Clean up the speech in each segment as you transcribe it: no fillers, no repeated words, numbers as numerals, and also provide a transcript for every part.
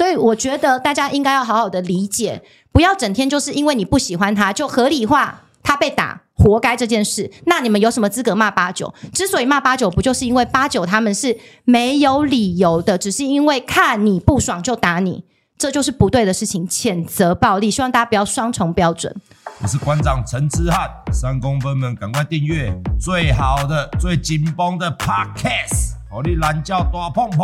所以我觉得大家应该要好好的理解，不要整天就是因为你不喜欢他就合理化他被打活该这件事。那你们有什么资格骂89？之所以骂89，不就是因为89他们是没有理由的，只是因为看你不爽就打你，这就是不对的事情，谴责暴力，希望大家不要双重标准。 我是馆长陈之汉，3公分们赶快订阅最好的、最紧绷的 Podcast， 让你懒觉大碰碰。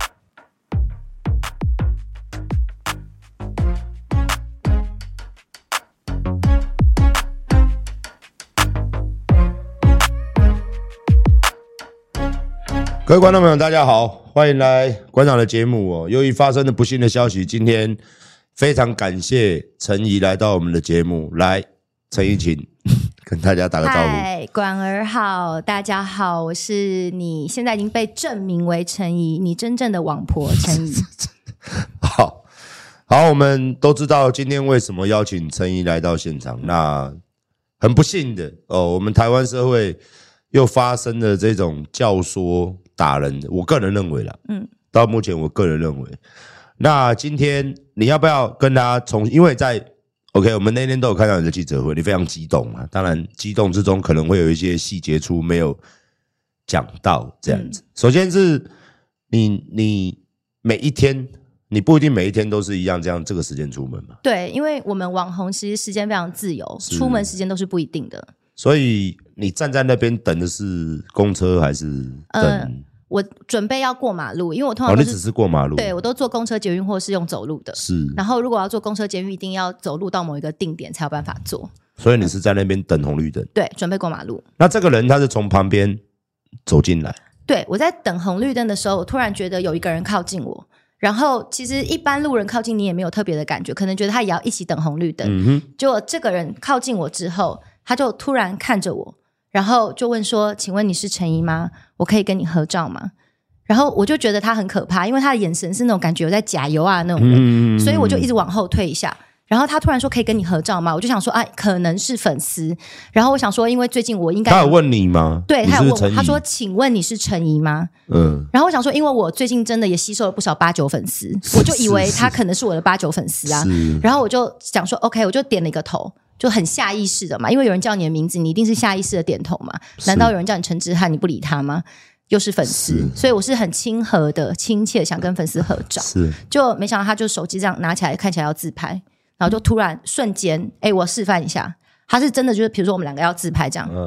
各位观众朋友，大家好，欢迎来馆长的节目哦。由于发生了不幸的消息，今天非常感谢陈怡来到我们的节目。来，陈怡，请跟大家打个招呼。 嗨，馆儿好，大家好，我是你现在已经被证明为陈怡，你真正的网婆陈怡。 好，我们都知道今天为什么邀请陈怡来到现场。那很不幸的哦，我们台湾社会又发生了这种教唆打人的，我个人认为啦，到目前我个人认为，那今天你要不要跟大家因为在 OK， 我们那天都有看到你的记者会，你非常激动啊，当然激动之中可能会有一些细节处没有讲到这样子。首先是你每一天，你不一定每一天都是一样这个时间出门嘛？对， 因为我们网红其实时间非常自由，出门时间都是不一定的。 所以你站在那边等的是公车还是等？ 我准备要过马路，因为我通常都是你只是过马路， 对，我都坐公车捷运或是用走路的。 是， 然后如果要坐公车捷运，一定要走路到某一个定点才有办法坐。 所以你是在那边等红绿灯？ 对，准备过马路。 那这个人他是从旁边走进来？对， 我在等红绿灯的时候，我突然觉得有一个人靠近我。然后其实一般路人靠近你也没有特别的感觉，可能觉得他也要一起等红绿灯。结果这个人靠近我之后，他就突然看着我，然后就问说：“请问你是陈怡吗？我可以跟你合照吗？”然后我就觉得他很可怕，因为他的眼神是那种感觉有在加油啊那种人，所以我就一直往后退一下。然后他突然说：“可以跟你合照吗？”我就想说：“可能是粉丝。”然后我想说，因为最近我应该…… 他有问你吗？ 对，他有问我，他说：“请问你是陈怡吗？”然后我想说，因为我最近真的也吸收了不少89粉丝，我就以为他可能是我的89粉丝啊。然后我就想说 ：“OK， 我就点了一个头。”就很下意识的嘛，因为有人叫你的名字，你一定是下意识的点头嘛。难道有人叫你陈之汉，你不理他吗？又是粉丝，所以我是很亲和的、亲切，想跟粉丝合照。就没想到他就手机这样拿起来，看起来要自拍，然后就突然瞬间，我示范一下，他是真的就是，比如说我们两个要自拍这样，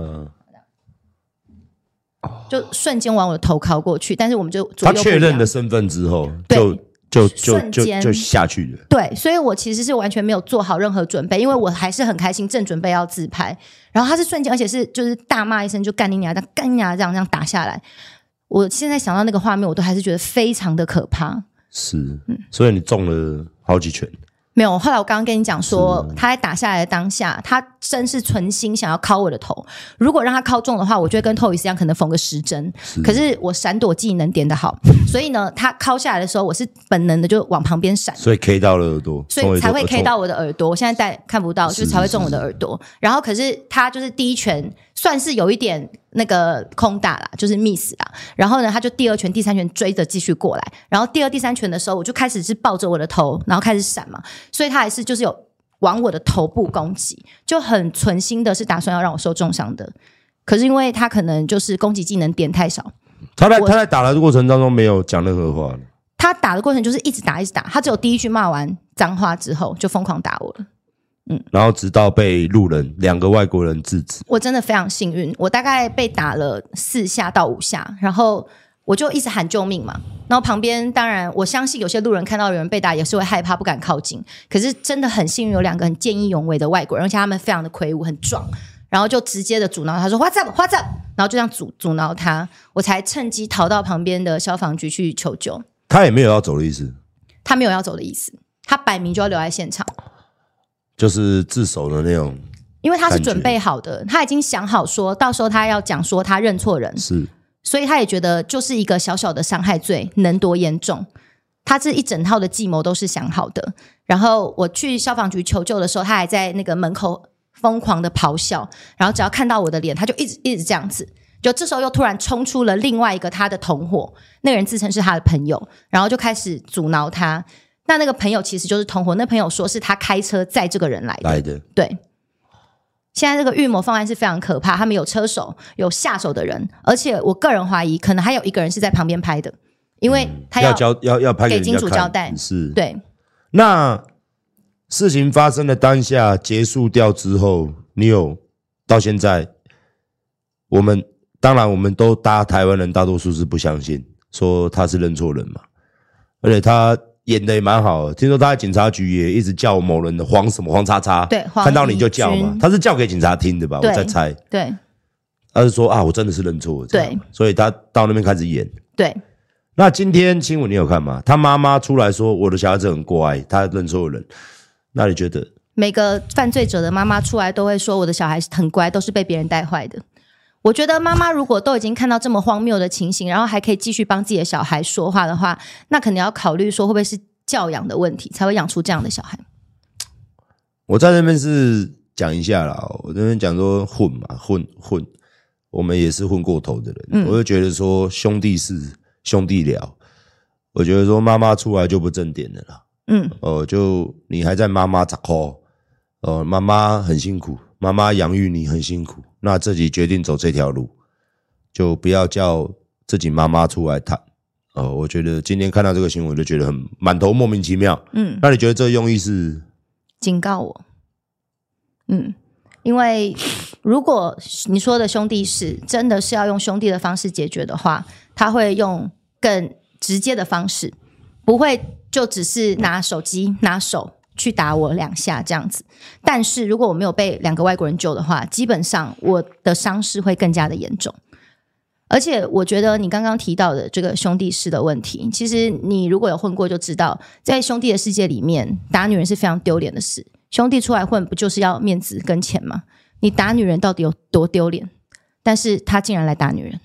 就瞬间往我的头靠过去，但是我们就左右不一样。他确认了身份之后，就下去了。对，所以我其实是完全没有做好任何准备，因为我还是很开心，正准备要自拍，然后他是瞬间，而且是就是大骂一声，就干你娘，干你娘这样打下来。我现在想到那个画面，我都还是觉得非常的可怕。是，所以你中了好几拳。没有，后来我刚刚跟你讲说，他在打下来的当下，他真是存心想要敲我的头。如果让他敲中的话，我就会跟透一样，可能缝个10针。可是我闪躲技能点得好，所以呢，他敲下来的时候，我是本能的就往旁边闪，所以 K 到了耳朵，所以才会 K 到我的耳朵。我现在看不到，就才会中我的耳朵。然后可是他就是第一拳算是有一点那个空打啦，就是 miss 啦。然后呢，他就第2拳、第3拳追着继续过来。然后第2、第3拳的时候，我就开始是抱着我的头，然后开始闪嘛。所以他还是就是有往我的头部攻击，就很存心的是打算要让我受重伤的。可是因为他可能就是攻击技能点太少，他在打的过程当中没有讲任何话。他打的过程就是一直打一直打，他只有第1句骂完脏话之后就疯狂打我了。然后直到被路人2个外国人制止。我真的非常幸运，我大概被打了4下到5下，然后我就一直喊救命嘛。然后旁边当然我相信有些路人看到有人被打也是会害怕不敢靠近，可是真的很幸运有2个很见义勇为的外国人，而且他们非常的魁梧很壮，然后就直接的阻挠他说 What's up What's up， 然后就这样阻挠他，我才趁机逃到旁边的消防局去求救。他也没有要走的意思？他没有要走的意思，他摆明就要留在现场，就是自首的那种，因为他是准备好的，他已经想好说到时候他要讲说他认错人，是，所以他也觉得就是一个小小的伤害罪能多严重，他这一整套的计谋都是想好的。然后我去消防局求救的时候，他还在那个门口疯狂的咆哮，然后只要看到我的脸他就一直这样子，就这时候又突然冲出了另外一个他的同伙，那个人自称是他的朋友，然后就开始阻挠他。 那个朋友其实就是同伙，那朋友说是他开车载这个人来的。对，现在这个预谋方案是非常可怕，他们有车手有下手的人，而且我个人怀疑可能还有一个人是在旁边拍的，因为他要拍给金主交代。 是， 对。 那事情发生的当下结束掉之后，你有到现在，当然我们都台湾人大多数是不相信说他是认错人嘛，而且他演的也蛮好的，听说他在警察局也一直叫某人的黄叉叉， 对， 看到你就叫嘛，他是叫给警察听的吧？我在猜。 对， 他是说啊，我真的是认错了，对，所以他到那边开始演。 对， 那今天新闻你有看吗？他妈妈出来说我的小孩子很乖，他认错人。那你觉得？ 每个犯罪者的妈妈出来都会说我的小孩很乖，都是被别人带坏的。我觉得妈妈如果都已经看到这么荒谬的情形，然后还可以继续帮自己的小孩说话的话，那可能要考虑说会不会是教养的问题才会养出这样的小孩。 我在那边是讲一下啦，我这边讲说混，我们也是混过头的人，我就觉得说兄弟是兄弟了，我觉得说妈妈出来就不正点的啦。就你还在妈妈10块，妈妈很辛苦，妈妈养育你很辛苦，那自己决定走这条路，就不要叫自己妈妈出来谈。我觉得今天看到这个新闻，就觉得很满头莫名其妙。那你觉得这个用意是警告我？因为如果你说的兄弟是真的是要用兄弟的方式解决的话，他会用更直接的方式，不会就只是拿手机拿手去打我2下这样子。但是如果我没有被2个外国人救的话，基本上我的伤势会更加的严重。而且我觉得你刚刚提到的这个兄弟式的问题，其实你如果有混过就知道，在兄弟的世界里面，打女人是非常丢脸的事。兄弟出来混不就是要面子跟钱吗？你打女人到底有多丢脸？但是他竟然来打女人。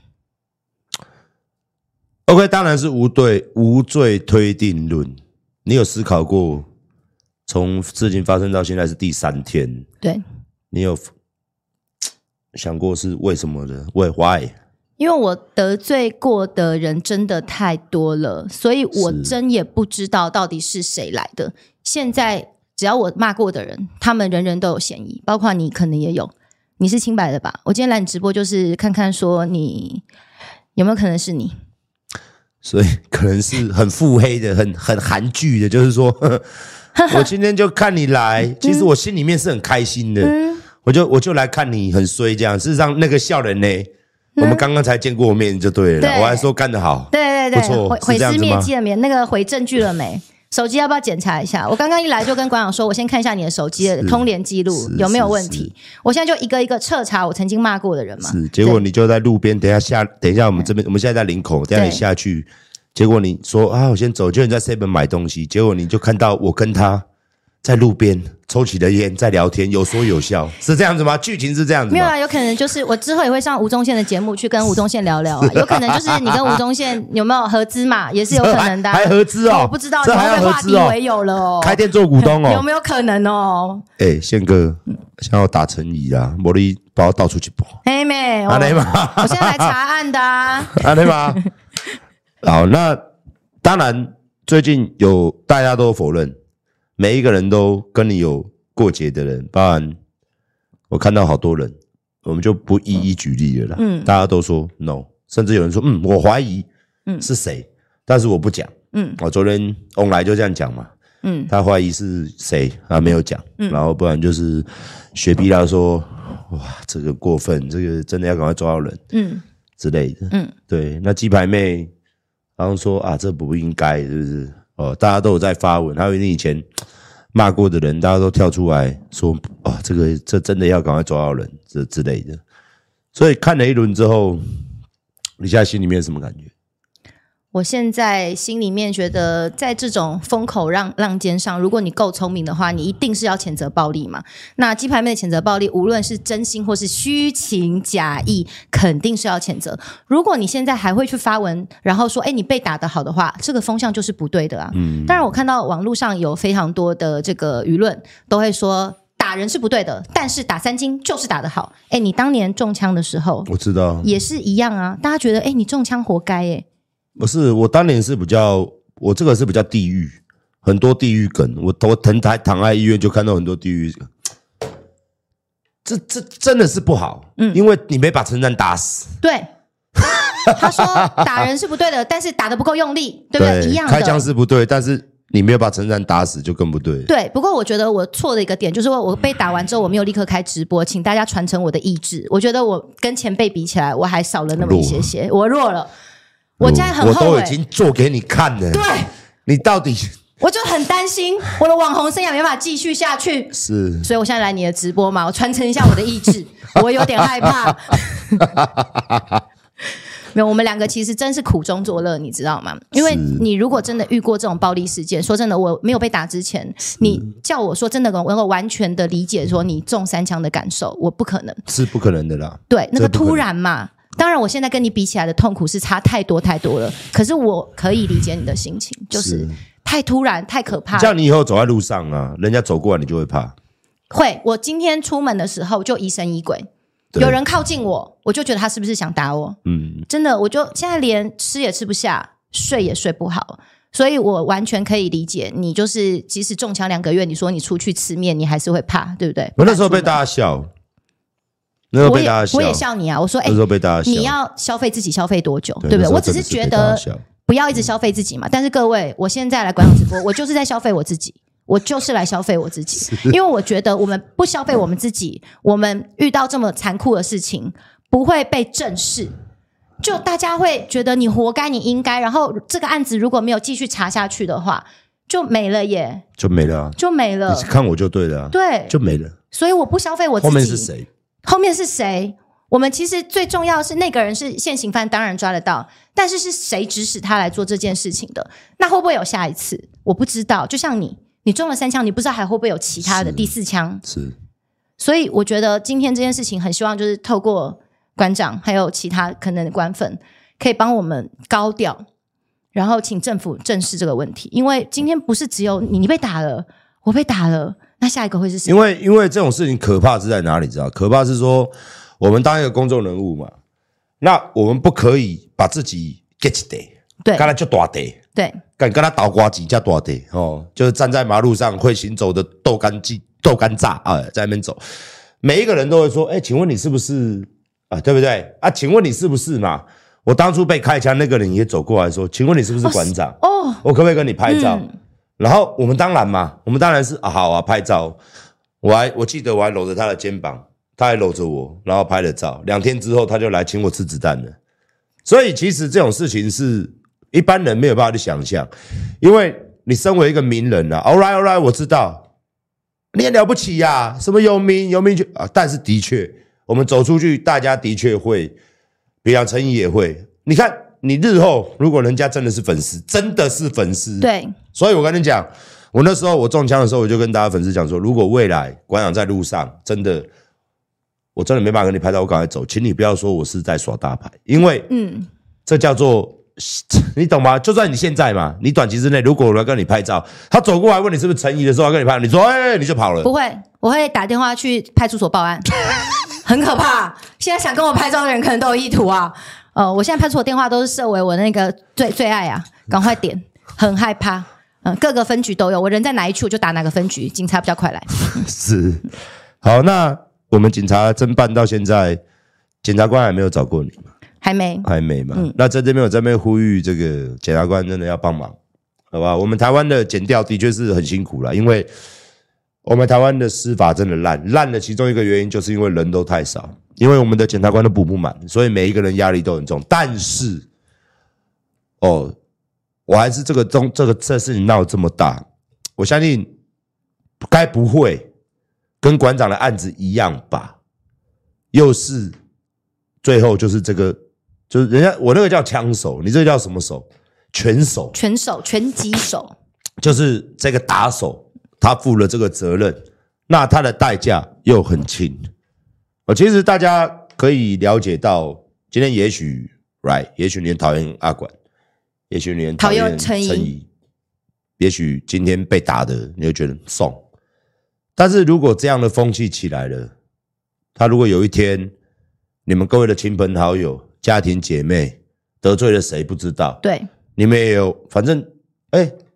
OK， 当然是无罪推定论。你有思考过，从事情发生到现在是第3天， 对， 你有想过是为什么的 ？Why？ 因为我得罪过的人真的太多了，所以我真也不知道到底是谁来的。现在只要我骂过的人，他们人人都有嫌疑，包括你可能也有。你是清白的吧？我今天来你直播就是看看说你有没有可能是你。 所以可能是很腹黑的，很韩剧的，就是说我今天就看你来，其实我心里面是很开心的，我就来看你很衰这样。事实上那个笑人呢，我们刚刚才见过面就对了，我还说干得好， 对， 不错， 毁尸灭迹了没？那个毁证据了没？手机要不要检查一下？我刚刚一来就跟馆长说，我先看一下你的手机的通联记录有没有问题。我现在就一个一个彻查我曾经骂过的人嘛。 是，结果你就在路边，等一下我们这边，我们现在在林口，等一下你下去，结果你说啊，我先走，就你在 7 买东西，结果你就看到我跟他在路边抽起了烟，在聊天，有说有笑，是这样子吗？剧情是这样子吗？ 没有啊，有可能就是我之后也会上吴宗宪的节目去跟吴宗宪聊聊啊，有可能就是你跟吴宗宪有没有合资嘛，也是有可能的、啊。 还合资哦？ 我不知道，你会不会化敌为友了哦？ 开店做股东哦？ 有没有可能哦？ 宪哥，想要打成乙啦，没你把我到处去跑。 嘿妹， 安内嘛， 我现在来查案的啊。 安内嘛。好，那当然，最近大家都否认。每一个人都跟你有过节的人，包含我看到好多人，我们就不一一举例了啦。大家都说 no， 甚至有人说我怀疑是谁，但是我不讲。我昨天翁来就这样讲嘛，他怀疑是谁，他没有讲。然后不然就是雪碧他说哇这个过分，这个真的要赶快抓到人，之类的。对，那鸡排妹然后说啊这不应该，是不是？大家都有在发文，还有你以前骂过的人，大家都跳出来说这真的要赶快抓到人之类的。所以看了一轮之后，你现在心里面有什么感觉？ 我现在心里面觉得，在这种风口浪尖上，如果你够聪明的话，你一定是要谴责暴力嘛。那鸡排妹的谴责暴力，无论是真心或是虚情假意，肯定是要谴责。如果你现在还会去发文，然后说，你被打得好的话，这个风向就是不对的啊。当然，我看到网络上有非常多的这个舆论都会说，打人是不对的，但是打3金就是打得好。你当年中枪的时候， 我知道也是一样啊。大家觉得，你中枪活该。 不是，我当年是我这个是比较地狱很多地狱梗，我躺在医院就看到很多地狱梗，这真的是不好，因为你没把陈山打死。 对，他说打人是不对的，但是打得不够用力，对不对？一样的， 开枪是不对，但是你没有把陈山打死就更不对。 对，不过我觉得我错的一个点就是我被打完之后我没有立刻开直播，请大家传承我的意志。我觉得我跟前辈比起来，我还少了那么一些，我弱了。我现在很后悔， 我都已经做给你看了。 对， 你到底？ 我就很担心我的网红生涯没办法继续下去， 是， 所以我现在来你的直播嘛，我传承一下我的意志。我有点害怕。没有，我们两个其实真是苦中作乐，你知道吗？因为你如果真的遇过这种暴力事件，说真的，我没有被打之前，你叫我说真的，我能够完全的理解说你中3枪的感受，我不可能， 是不可能的啦。 对，那个突然嘛。当然我现在跟你比起来的痛苦是差太多太多了，可是我可以理解你的心情，就是太突然太可怕了。 这样你以后走在路上啊，人家走过来你就会怕。 会，我今天出门的时候就疑神疑鬼，有人靠近我，我就觉得他是不是想打我。真的，我就现在连吃也吃不下，睡也睡不好，所以我完全可以理解你，就是即使中枪2个月，你说你出去吃面你还是会怕，对不对？ 我那时候被大家笑， 我也笑你啊！我说，你要消费自己消费多久，对不对？我只是觉得不要一直消费自己嘛。但是各位，我现在来馆长直播，我就是在消费我自己，我就是来消费我自己，因为我觉得我们不消费我们自己，我们遇到这么残酷的事情不会被正视，就大家会觉得你活该，你应该。然后这个案子如果没有继续查下去的话，就没了耶， 就没了， 就没了。 你看我就对了， 对， 就没了。 所以我不消费我自己。 后面是谁？ 后面是谁？我们其实最重要的是那个人是现行犯，当然抓得到，但是是谁指使他来做这件事情的？那会不会有下一次？我不知道。就像你中了3枪，你不知道还会不会有其他的第4枪？ 是。 所以我觉得今天这件事情，很希望就是透过馆长还有其他可能的官粉，可以帮我们高调，然后请政府正视这个问题。因为今天不是只有你被打了，我被打了。那下一个会是谁？ 因为这种事情可怕是在哪里？知道？可怕是说我们当一个公众人物嘛，那我们不可以把自己 get 一对， 跟他就大地， 对， 跟他倒瓜子叫大地哦，就是站在马路上会行走的豆干炸啊，在那边走，每一个人都会说，请问你是不是啊？对不对啊？请问你是不是嘛？我当初被开枪那个人也走过来说，请问你是不是馆长？我可不可以跟你拍照？然后我们当然是好啊，拍照。我记得我还搂着他的肩膀，他还搂着我，然后拍了照。2天之后他就来请我吃子弹了。所以其实这种事情是一般人没有办法去想象，因为你身为一个名人啊 ，all right， 我知道你很了不起呀，什么有名就啊，但是的确我们走出去，大家的确会，比方陈怡也会，你看。你日后如果人家真的是粉丝， 对， 所以我跟你讲，我那时候我中枪的时候，我就跟大家粉丝讲说，如果未来馆长在路上，我真的没办法跟你拍照，我赶快走，请你不要说我是在耍大牌，因为这叫做你懂吗？就算你现在嘛，你短期之内如果我来跟你拍照，他走过来问你是不是陈怡的时候，要跟你拍，你说你就跑了， 不会，我会打电话去派出所报案，很可怕。现在想跟我拍照的人可能都有意图啊。我现在派出所电话都是设为我那个最爱啊，赶快点，很害怕。各个分局都有，我人在哪一处就打哪个分局，警察比较快来。 是，好，那我们警察侦办到现在，检察官还没有找过你吗？ 还没嘛。那在这边我这边呼吁这个检察官真的要帮忙，好吧？我们台湾的检调的确是很辛苦啦，因为我们台湾的司法真的烂的其中一个原因就是因为人都太少。因为我们的检察官都补不满，所以每一个人压力都很重。但是，我还是这事情闹这么大，我相信该不会跟馆长的案子一样吧？又是最后就是这个，就是人家我那个叫枪手，你这个叫什么手？拳手， 拳击手， 就是这个打手，他负了这个责任，那他的代价又很轻。其实大家可以了解到，今天也许你很讨厌阿管，也许你很讨厌陈怡，也许今天被打的你会觉得爽。但是如果这样的风气起来了，他如果有一天你们各位的亲朋好友、家庭姐妹得罪了谁不知道， 对， 你们也有，反正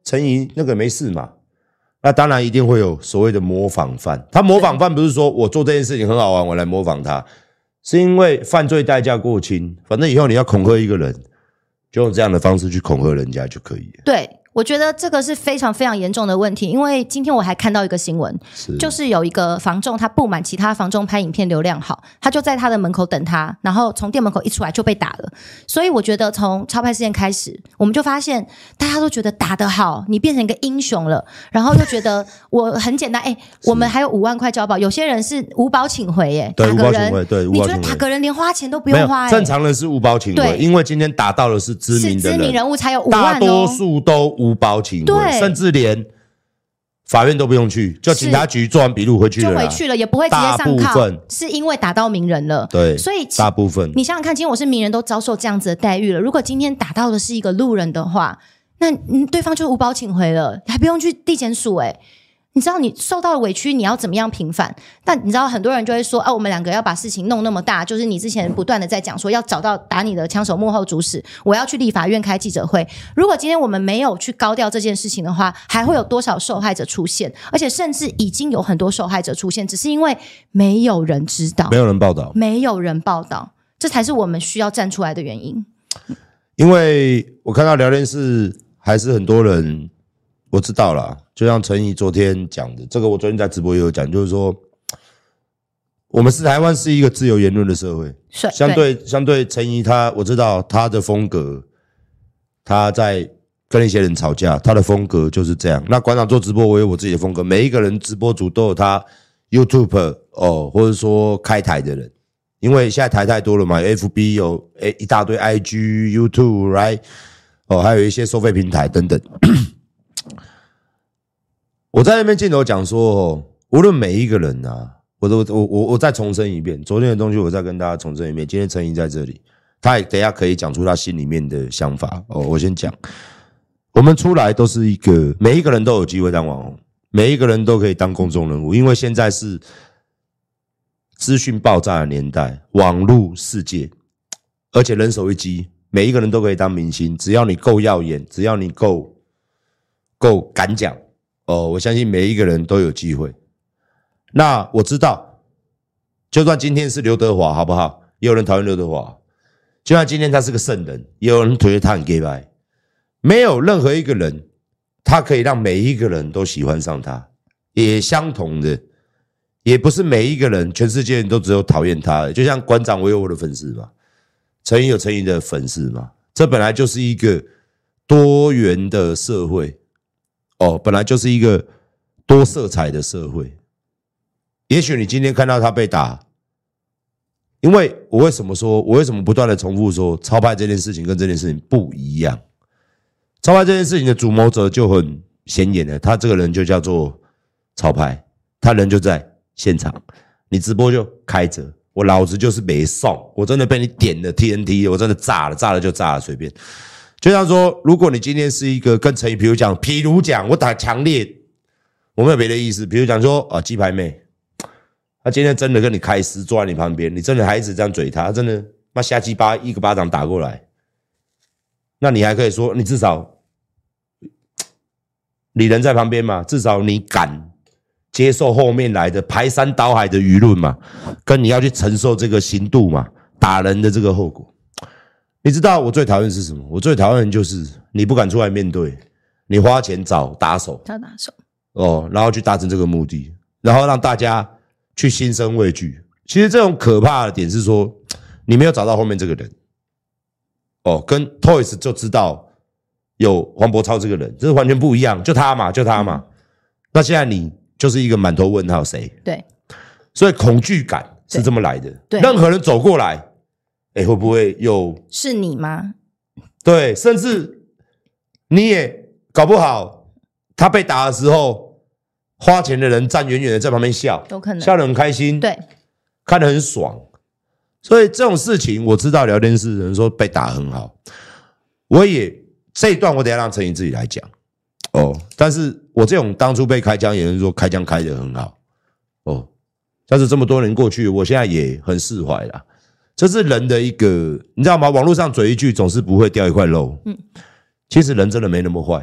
陈怡那个没事嘛。那当然一定会有所谓的模仿犯，他模仿犯不是说我做这件事情很好玩，我来模仿他，是因为犯罪代价过轻，反正以后你要恐吓一个人，就用这样的方式去恐吓人家就可以了。 对。我觉得这个是非常非常严重的问题，因为今天我还看到一个新闻，就是有一个房仲他不满其他房仲拍影片流量好，他就在他的门口等他，然后从店门口一出来就被打了。所以我觉得从超派事件开始，我们就发现大家都觉得打得好，你变成一个英雄了，然后就觉得我很简单，我们还有5万块交保，有些人是无保请回， 对，无保请回，对， 你觉得打个人连花钱都不用花， 正常人是无保请回，因为今天打到的是知名的人， 是知名人物才有5万大多数都无保请回，甚至连法院都不用去，就警察局做完笔录回去了， 就回去了，也不会直接上铐，是因为打到名人了。 对， 所以大部分你想想看，今天我是名人都遭受这样子的待遇了，如果今天打到的是一个路人的话，那对方就无保请回了，还不用去地检署你知道你受到的委屈你要怎么样平反？但你知道很多人就会说我们2个要把事情弄那么大，就是你之前不断的在讲说要找到打你的枪手幕后主使，我要去立法院开记者会。如果今天我们没有去高调这件事情的话，还会有多少受害者出现？而且甚至已经有很多受害者出现，只是因为没有人知道， 没有人报道， 没有人报道，这才是我们需要站出来的原因。 因为我看到聊天室还是很多人，我知道啦，就像陈怡昨天讲的，这个我昨天在直播也有讲，就是说我们台湾是一个自由言论的社会，相对陈怡我知道他的风格，他在跟一些人吵架，他的风格就是这样。那馆长做直播我有我自己的风格，每一个人直播主都有他 YouTube 或者说开台的人，因为现在台太多了嘛，有 FB 有一大堆 IG YouTube right 还有一些收费平台等等。我在那边镜头讲说无论每一个人啊，我再重申一遍，昨天的东西我再跟大家重申一遍。今天陈怡在这里，他也等一下可以讲出他心里面的想法我先讲，我们出来都是每一个人都有机会当网红，每一个人都可以当公众人物，因为现在是资讯爆炸的年代，网络世界，而且人手一机，每一个人都可以当明星，只要你够耀眼，只要你够敢讲我相信每一个人都有机会。那我知道，就算今天是刘德华好不好，也有人讨厌刘德华，就算今天他是个圣人，也有人觉得他很 gay bye， 没有任何一个人他可以让每一个人都喜欢上他，也相同的，也不是每一个人全世界人都只有讨厌他的，就像馆长我有我的粉丝嘛，陈怡有陈怡的粉丝嘛，这本来就是一个多元的社会本来就是一个多色彩的社会。也许你今天看到他被打，因为我为什么不断的重复说超派这件事情跟这件事情不一样，超派这件事情的主谋者就很显眼了，他这个人就叫做超派，他人就在现场，你直播就开着，我老子就是没送，我真的被你点了 TNT， 我真的炸了就炸了，随便。就像说，如果你今天是一个跟陈怡，比如讲我打强烈，我没有别的意思，比如讲说鸡排妹，他今天真的跟你开撕，坐在你旁边，你真的还一直这样嘴他，真的妈瞎鸡巴一个巴掌打过来，那你还可以说，你至少你人在旁边嘛，至少你敢接受后面来的排山倒海的舆论嘛，跟你要去承受这个刑度嘛，打人的这个后果。你知道我最讨厌是什么？我最讨厌的就是你不敢出来面对，你花钱找打手，然后去达成这个目的，然后让大家去心生畏惧。其实这种可怕的点是说，你没有找到后面这个人跟 Toys 就知道有黄伯超这个人，这是完全不一样，就他嘛。那现在你就是一个满头问号，谁？ 对， 所以恐惧感是这么来的。对，任何人走过来。会不会又是你吗？ 对，甚至你也搞不好，他被打的时候，花钱的人站远远的在旁边笑， 有可能笑得很开心， 对， 看得很爽。所以这种事情，我知道聊天室人说被打很好，这一段我等一下让陈怡自己来讲但是我这种当初被开枪，也有人说开枪开得很好但是这么多年过去，我现在也很释怀啦。这是人的一个，你知道吗？网络上嘴一句总是不会掉一块肉。其实人真的没那么坏，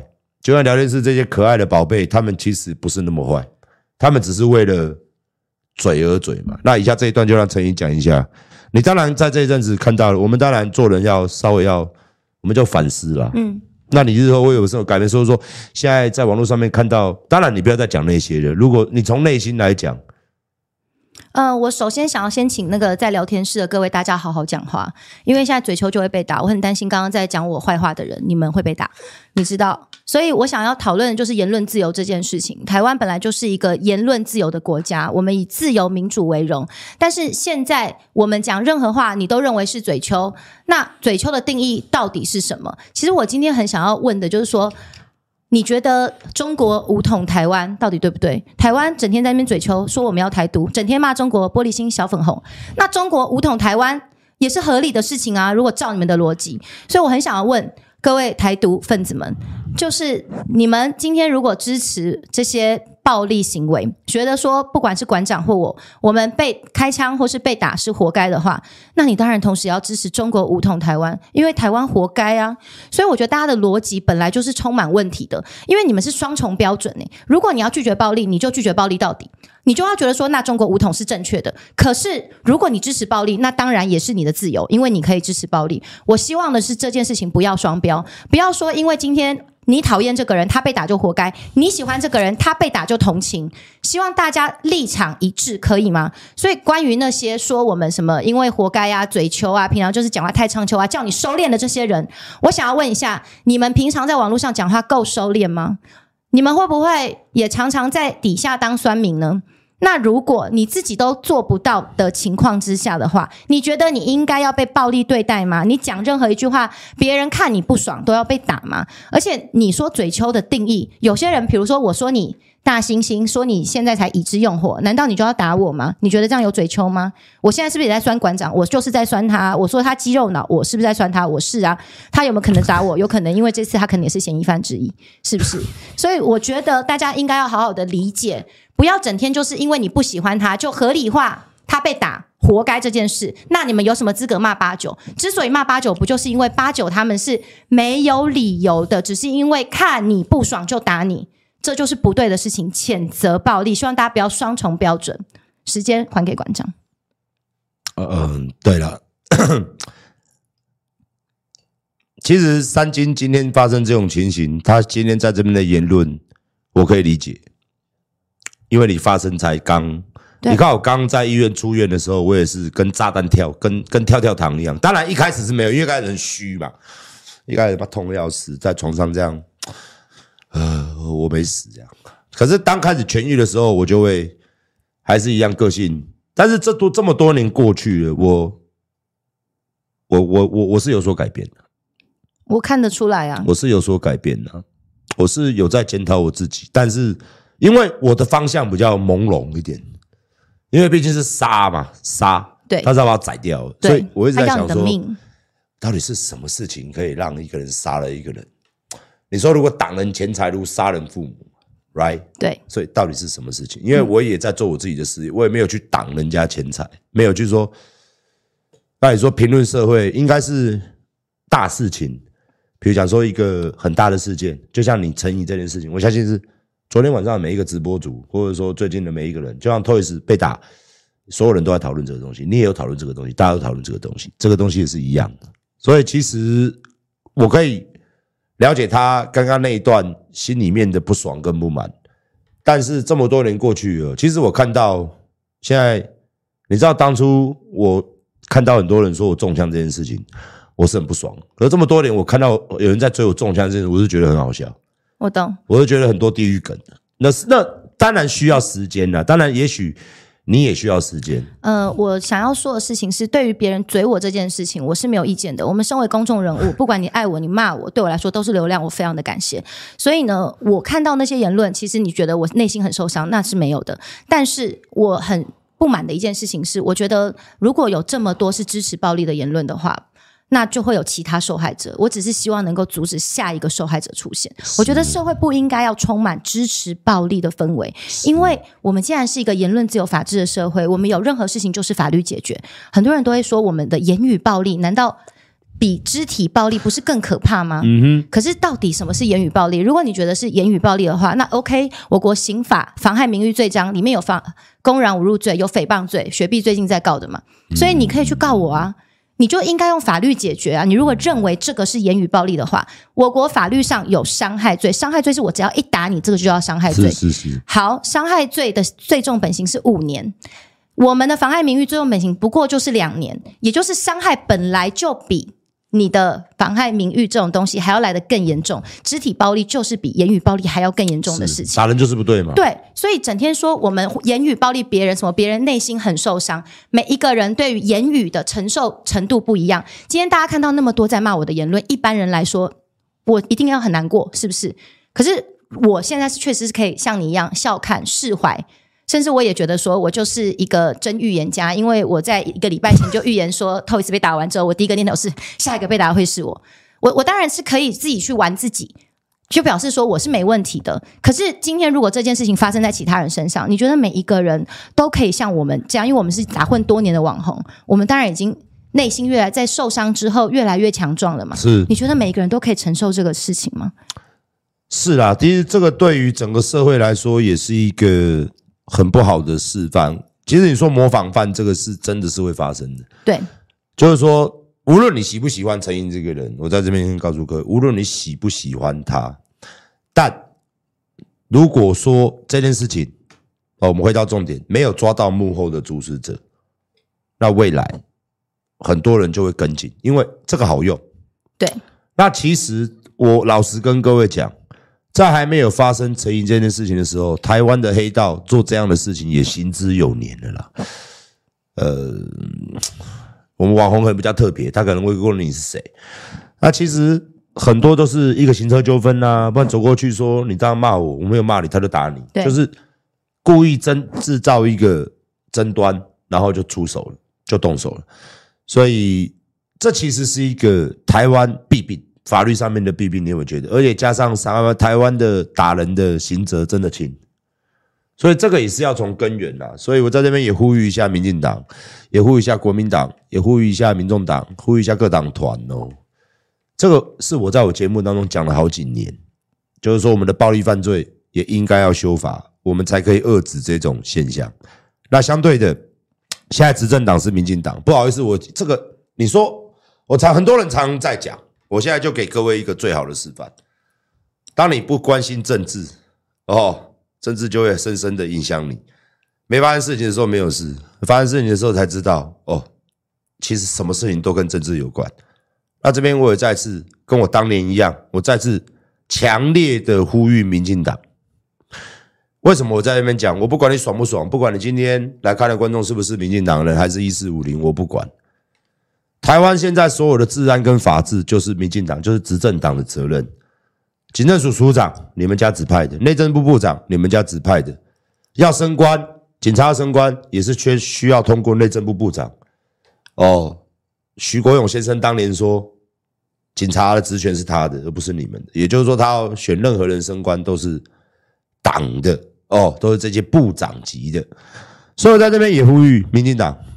就像聊天室这些可爱的宝贝，他们其实不是那么坏，他们只是为了嘴而嘴嘛。那以下这一段就让陈怡讲一下。你当然在这一阵子看到了，我们当然做人要稍微要，我们就反思啦。那你日后会有什么改变？所以说，现在在网络上面看到，当然你不要再讲那些了。如果你从内心来讲， 我首先想要先请那个在聊天室的各位大家好好讲话，因为现在嘴球就会被打，我很担心刚刚在讲我坏话的人，你们会被打，你知道。所以我想要讨论的就是言论自由这件事情。台湾本来就是一个言论自由的国家，我们以自由民主为荣，但是现在我们讲任何话你都认为是嘴球，那嘴球的定义到底是什么？其实我今天很想要问的就是说，你觉得中国武统台湾到底对不对？台湾整天在那边嘴球说我们要台独，整天骂中国玻璃心小粉红，那中国武统台湾也是合理的事情啊，如果照你们的逻辑。所以我很想要问各位台独分子们，就是你们今天如果支持这些暴力行为，觉得说不管是馆长或我们被开枪或是被打是活该的话，那你当然同时要支持中国武统台湾，因为台湾活该啊。所以我觉得大家的逻辑本来就是充满问题的，因为你们是双重标准欸。如果你要拒绝暴力，你就拒绝暴力到底，你就要觉得说那中国武统是正确的。可是如果你支持暴力，那当然也是你的自由，因为你可以支持暴力。我希望的是这件事情不要双标，不要说因为今天你讨厌这个人他被打就活该，你喜欢这个人他被打就同情，希望大家立场一致，可以吗？所以关于那些说我们什么因为活该啊嘴球啊平常就是讲话太唱秋啊叫你收敛的这些人，我想要问一下，你们平常在网络上讲话够收敛吗？你们会不会也常常在底下当酸民呢？那如果你自己都做不到的情况之下的话，你觉得你应该要被暴力对待吗？你讲任何一句话别人看你不爽都要被打吗？而且你说嘴秋的定义，有些人比如说我说你大猩猩，说你现在才已知用火，难道你就要打我吗？你觉得这样有嘴秋吗？我现在是不是也在酸馆长？我就是在酸他，我说他肌肉脑，我是不是在酸他？我是啊。他有没有可能打我？有可能，因为这次他可能也是嫌疑犯之一，是不是？所以我觉得大家应该要好好的理解，不要整天就是因为你不喜欢他就合理化他被打活该这件事。那你们有什么资格骂89？之所以骂89，不就是因为89他们是没有理由的，只是因为看你不爽就打你，这就是不对的事情，谴责暴力，希望大家不要双重标准。时间还给馆长。 对了，其实三金今天发生这种情形，他今天在这边的言论，我可以理解，因为你发生才刚，你看我刚在医院出院的时候，我也是跟炸弹跳，跟跳跳糖一样。当然一开始是没有，因为一开始很虚嘛，一开始把痛得要死，在床上这样。我没死这样，可是当开始痊愈的时候，我就会还是一样个性。但是这么多年过去了，我是有所改变的， 我看得出来啊， 我是有所改变的，我是有在检讨我自己，但是因为我的方向比较朦胧一点，因为毕竟是杀嘛，杀， 对， 他是要把它宰掉，所以我一直在想说，到底是什么事情可以让一个人杀了一个人？你说如果挡人钱财如杀人父母 right？ 对， 所以到底是什么事情？因为我也在做我自己的事业，我也没有去挡人家钱财，没有去说，那你说评论社会应该是大事情，比如讲说一个很大的事件，就像你陈怡这件事情，我相信是昨天晚上每一个直播主，或者说最近的每一个人，就像 Toys 被打，所有人都在讨论这个东西，你也有讨论这个东西，大家都讨论这个东西，这个东西也是一样的。所以其实我可以了解他刚刚那一段心里面的不爽跟不满，但是这么多年过去了，其实我看到现在，你知道当初我看到很多人说我中枪这件事情，我是很不爽。可是这么多年，我看到有人在追我中枪这件事，我是觉得很好笑。 我懂， 我是觉得很多地狱梗。那当然需要时间啦，当然也许你也需要时间。 我想要说的事情是，对于别人嘴我这件事情，我是没有意见的。我们身为公众人物，不管你爱我，你骂我，对我来说都是流量，我非常的感谢。所以呢，我看到那些言论，其实你觉得我内心很受伤，那是没有的。但是我很不满的一件事情是，我觉得如果有这么多是支持暴力的言论的话，那就会有其他受害者。我只是希望能够阻止下一个受害者出现。我觉得社会不应该要充满支持暴力的氛围，因为我们既然是一个言论自由法治的社会，我们有任何事情就是法律解决。很多人都会说我们的言语暴力，难道比肢体暴力不是更可怕吗？可是到底什么是言语暴力？如果你觉得是言语暴力的话，那 OK， 我国刑法妨害名誉罪章里面有公然侮辱罪，有诽谤罪，学弟最近在告的嘛，所以你可以去告我啊，你就应该用法律解决啊。你如果认为这个是言语暴力的话，我国法律上有伤害罪，伤害罪是我只要一打你，这个就叫伤害罪。 是。 好，伤害罪的最重本刑是5年。我们的妨害名誉最重本刑不过就是2年，也就是伤害本来就比你的妨害名誉这种东西还要来得更严重，肢体暴力就是比言语暴力还要更严重的事情。 打人就是不对嘛？ 对，所以整天说我们言语暴力别人，什么别人内心很受伤，每一个人对于言语的承受程度不一样。今天大家看到那么多在骂我的言论，一般人来说，我一定要很难过，是不是？可是我现在确实是可以像你一样笑看释怀。甚至我也觉得说我就是一个真预言家，因为我在1个礼拜前就预言说头一次被打完之后，我第一个念头是下一个被打的会是我当然是可以自己去玩自己，就表示说我是没问题的。可是今天如果这件事情发生在其他人身上，你觉得每一个人都可以像我们这样，因为我们是打混多年的网红，我们当然已经内心越来在受伤之后越来越强壮了嘛。 是， 你觉得每一个人都可以承受这个事情吗？ 是啦，其实这个对于整个社会来说也是一个很不好的示范。其实你说模仿犯这个是真的是会发生的。 对， 就是说无论你喜不喜欢陈英这个人，我在这边告诉各位，无论你喜不喜欢他，但如果说这件事情我们回到重点，没有抓到幕后的主使者，那未来很多人就会跟进，因为这个好用。 对， 那其实我老实跟各位讲，在还没有发生陈英这件事情的时候，台湾的黑道做这样的事情也行之有年了啦。我们网红可能比较特别，他可能会问你是谁。那其实很多都是一个行车纠纷啊，不然走过去说你这样骂我，我没有骂你，他就打你，就是故意制造一个争端，然后就出手了，就动手了。所以这其实是一个台湾弊病。法律上面的弊病，你有没有觉得？而且加上台湾的打人的刑责真的轻，所以这个也是要从根源啦。所以我在这边也呼吁一下民进党，也呼吁一下国民党，也呼吁一下民众党，呼吁一下各党团哦。这个是我在我节目当中讲了好几年，就是说我们的暴力犯罪也应该要修法，我们才可以遏制这种现象。那相对的，现在执政党是民进党，不好意思，我这个你说很多人常在讲。我现在就给各位一个最好的示范，当你不关心政治政治就会深深的影响你。没发生事情的时候没有事，发生事情的时候才知道其实什么事情都跟政治有关。那这边我也再次跟我当年一样，我再次强烈的呼吁民进党。为什么我在那边讲？我不管你爽不爽，不管你今天来看的观众是不是民进党人还是1450，我不管。台湾现在所有的治安跟法治就是民进党，就是执政党的责任。警政署署长你们家指派的，内政部部长你们家指派的，要升官，警察要升官也是需要通过内政部部长。徐国勇先生当年说，警察的职权是他的，而不是你们的，也就是说他要选任何人升官都是党的都是这些部长级的。所以我在这边也呼吁民进党。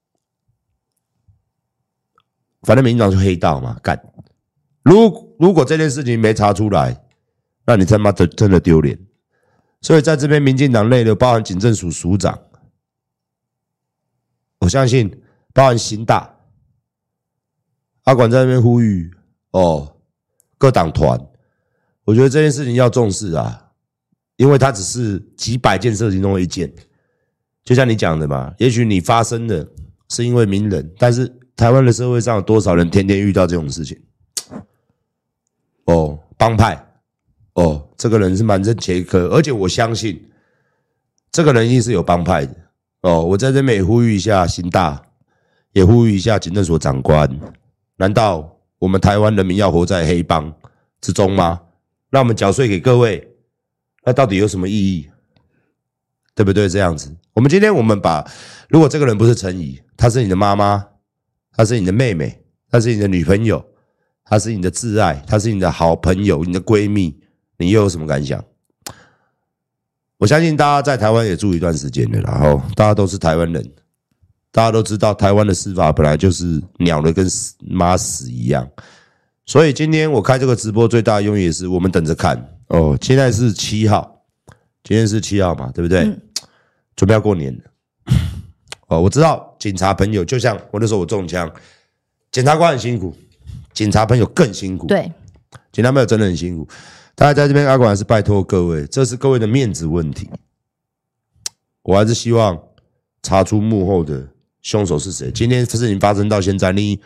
反正民进党是黑道嘛，干！如果这件事情没查出来，那你他妈的真的丢脸。所以在这边民进党内的，包含警政署署长，我相信包含刑大，阿管在那边呼吁各党团，我觉得这件事情要重视啊，因为它只是几百件事情中的一件。就像你讲的嘛，也许你发生的是因为名人，但是台湾的社会上有多少人天天遇到这种事情？帮派，这个人是蛮正切科，而且我相信这个人一定是有帮派的。我在这边也呼吁一下刑大，也呼吁一下警政所长官，难道我们台湾人民要活在黑帮之中吗？那我们缴税给各位，那到底有什么意义？对不对？这样子，我们今天如果这个人不是陈怡，她是你的妈妈，她是你的妹妹，她是你的女朋友，她是你的挚爱，她是你的好朋友，你的闺蜜，你又有什么感想？我相信大家在台湾也住一段时间了，然后大家都是台湾人， 大家都知道台湾的司法本来就是鸟的跟妈死一样，所以今天我开这个直播最大的用意也是我们等着看哦。现在是7号，今天是7号嘛，对不对？准备要过年了哦。我知道警察朋友，就像我那时候我中枪，检察官很辛苦，警察朋友更辛苦。 对， 警察朋友真的很辛苦。大家在这边阿管还是拜托各位，这是各位的面子问题。我还是希望查出幕后的凶手是谁。今天事情发生到现在，你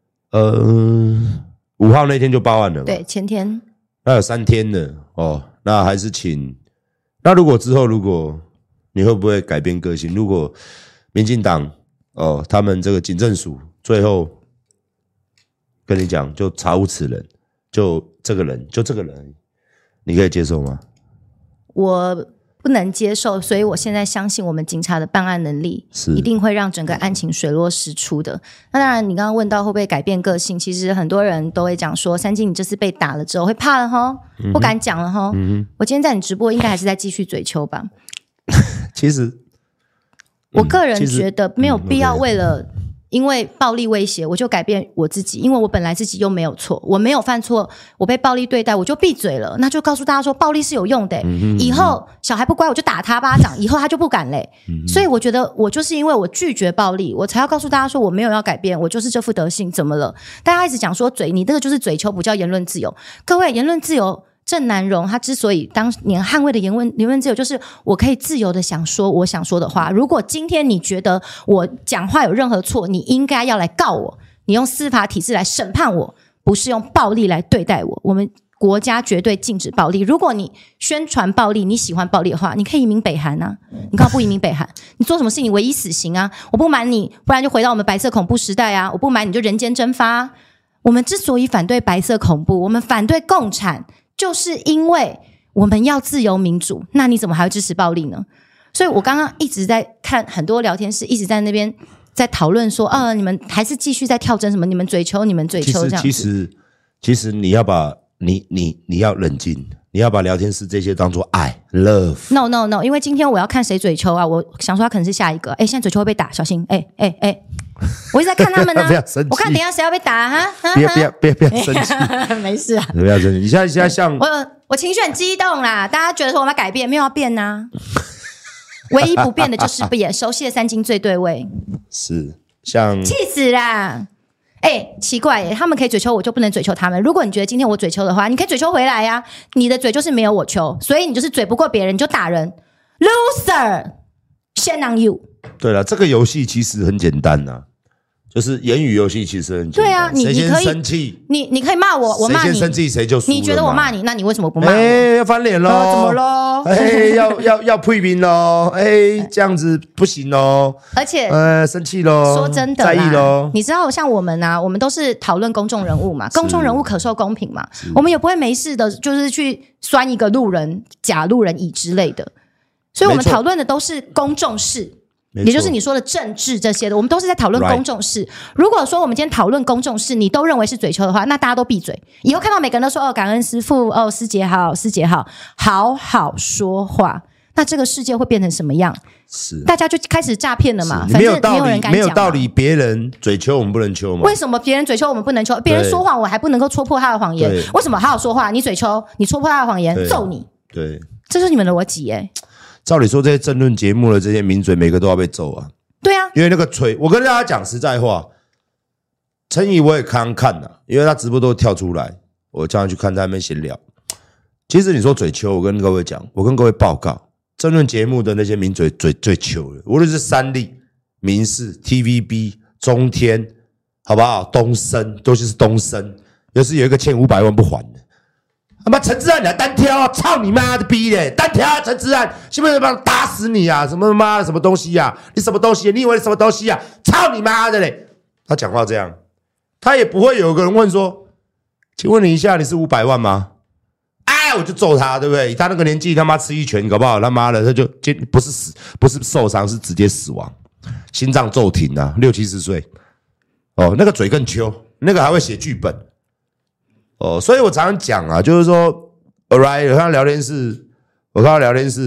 5号那天就报案了嘛？ 对，前天。 那有3天了哦，那还是请。那如果之后，如果你会不会改变个性？如果民进党哦，他们这个警政署最后跟你讲，就查无此人，就这个人，你可以接受吗？ 我不能接受，所以我现在相信我们警察的办案能力一定会让整个案情水落石出的。那当然你刚刚问到会不会改变个性，其实很多人都会讲说三金你这次被打了之后会怕了齁，不敢讲了齁。我今天在你直播应该还是在继续嘴秋吧。 其实我个人觉得没有必要为了因为暴力威胁我就改变我自己，因为我本来自己又没有错，我没有犯错，我被暴力对待我就闭嘴了，那就告诉大家说暴力是有用的以后小孩不乖我就打他巴掌，以后他就不敢嘞所以我觉得我就是因为我拒绝暴力，我才要告诉大家说我没有要改变，我就是这副德性，怎么了？大家一直讲说你这个就是嘴秋，不叫言论自由。各位，言论自由郑南榕他之所以当年捍卫的言论自由，就是我可以自由的想说我想说的话。如果今天你觉得我讲话有任何错，你应该要来告我，你用司法体制来审判我，不是用暴力来对待我。我们国家绝对禁止暴力。如果你宣传暴力，你喜欢暴力的话，你可以移民北韩啊！你干嘛不移民北韩？你做什么事情唯一死刑啊？我不瞒你，不然就回到我们白色恐怖时代啊！我不瞒你就人间蒸发啊。我们之所以反对白色恐怖，我们反对共产，就是因为我们要自由民主，那你怎么还会支持暴力呢？所以我刚刚一直在看很多聊天室，一直在那边在讨论说，你们还是继续在跳针什么？你们嘴秋这样子。 其实你要把你要冷静，你要把聊天室这些当作爱 love。No， 因为今天我要看谁嘴秋啊，我想说他可能是下一个。现在嘴秋会被打，小心！我一直在看他们呢、 不要生气， 我看等一下谁要被打哈？ 不要生气， 没事啊， 不要生气。你现在像我情绪很激动啦，大家觉得说我们要改变，没有要变啊。唯一不变的就是变，熟悉的三金最对味。 是像气死啦！奇怪耶，他们可以嘴秋，我就不能嘴秋他们。如果你觉得今天我嘴秋的话，你可以嘴秋回来呀、你的嘴就是没有我秋，所以你就是嘴不过别人，你就打人。Loser， shame on you。 对了，这个游戏其实很简单呐、就是言语游戏，其实很简单。 对啊， 谁先生气， 你可以骂我，我骂你， 谁先生气谁就输了嘛。 你觉得我骂你，那你为什么不骂我？ 要翻脸咯， 怎么咯？ 要批评咯，这样子不行咯。 而且生气咯， 说真的啦， 在意咯。 你知道像我们啊，我们都是讨论公众人物嘛，公众人物可受公平嘛，我们也不会没事的，就是去酸一个路人、假路人乙之类的。所以我们讨论的都是公众事。也就是你说的政治这些的，我们都是在讨论公众事。如果说我们今天讨论公众事，你都认为是嘴秋的话，那大家都闭嘴。以后看到每个人都说感恩师父师姐好，师姐好，好好说话，那这个世界会变成什么样？是大家就开始诈骗了嘛？反正没有人敢讲， 没有道理。别人嘴秋我们不能秋吗？ 为什么别人嘴秋我们不能秋？别人说谎我还不能够戳破他的谎言？为什么好好说话？你嘴秋，你戳破他的谎言，揍你。 对， 这就是你们的逻辑照理说，这些政论节目的这些名嘴，每个都要被揍啊！ 对啊， 因为那个锤，我跟大家讲实在话，陈怡我也刚看了，因为他直播都跳出来，我叫他去看他那边闲聊。其实你说嘴秋，我跟各位讲，我跟各位报告，政论节目的那些名嘴最秋了，无论是三立、民视、TVB、中天，好不好？东森，都是东森，有时有一个欠500万不还的。他妈陈之汉你还单挑啊！操你妈的逼嘞！单挑啊！陈之汉，是不是把打死你啊？什么妈什么东西啊？你什么东西？你以为你什么东西啊？操你妈的嘞！他讲话这样，他也不会有个人问说：“请问你一下，你是500万吗？”我就揍他，对不对？他那个年纪，他妈吃一拳，搞不好他妈的他就不是死，不是受伤，是直接死亡，心脏骤停啊，60、70岁。那个嘴更秋，那个还会写剧本。所以我常常讲啊，就是说 ，alright， 我看到聊天室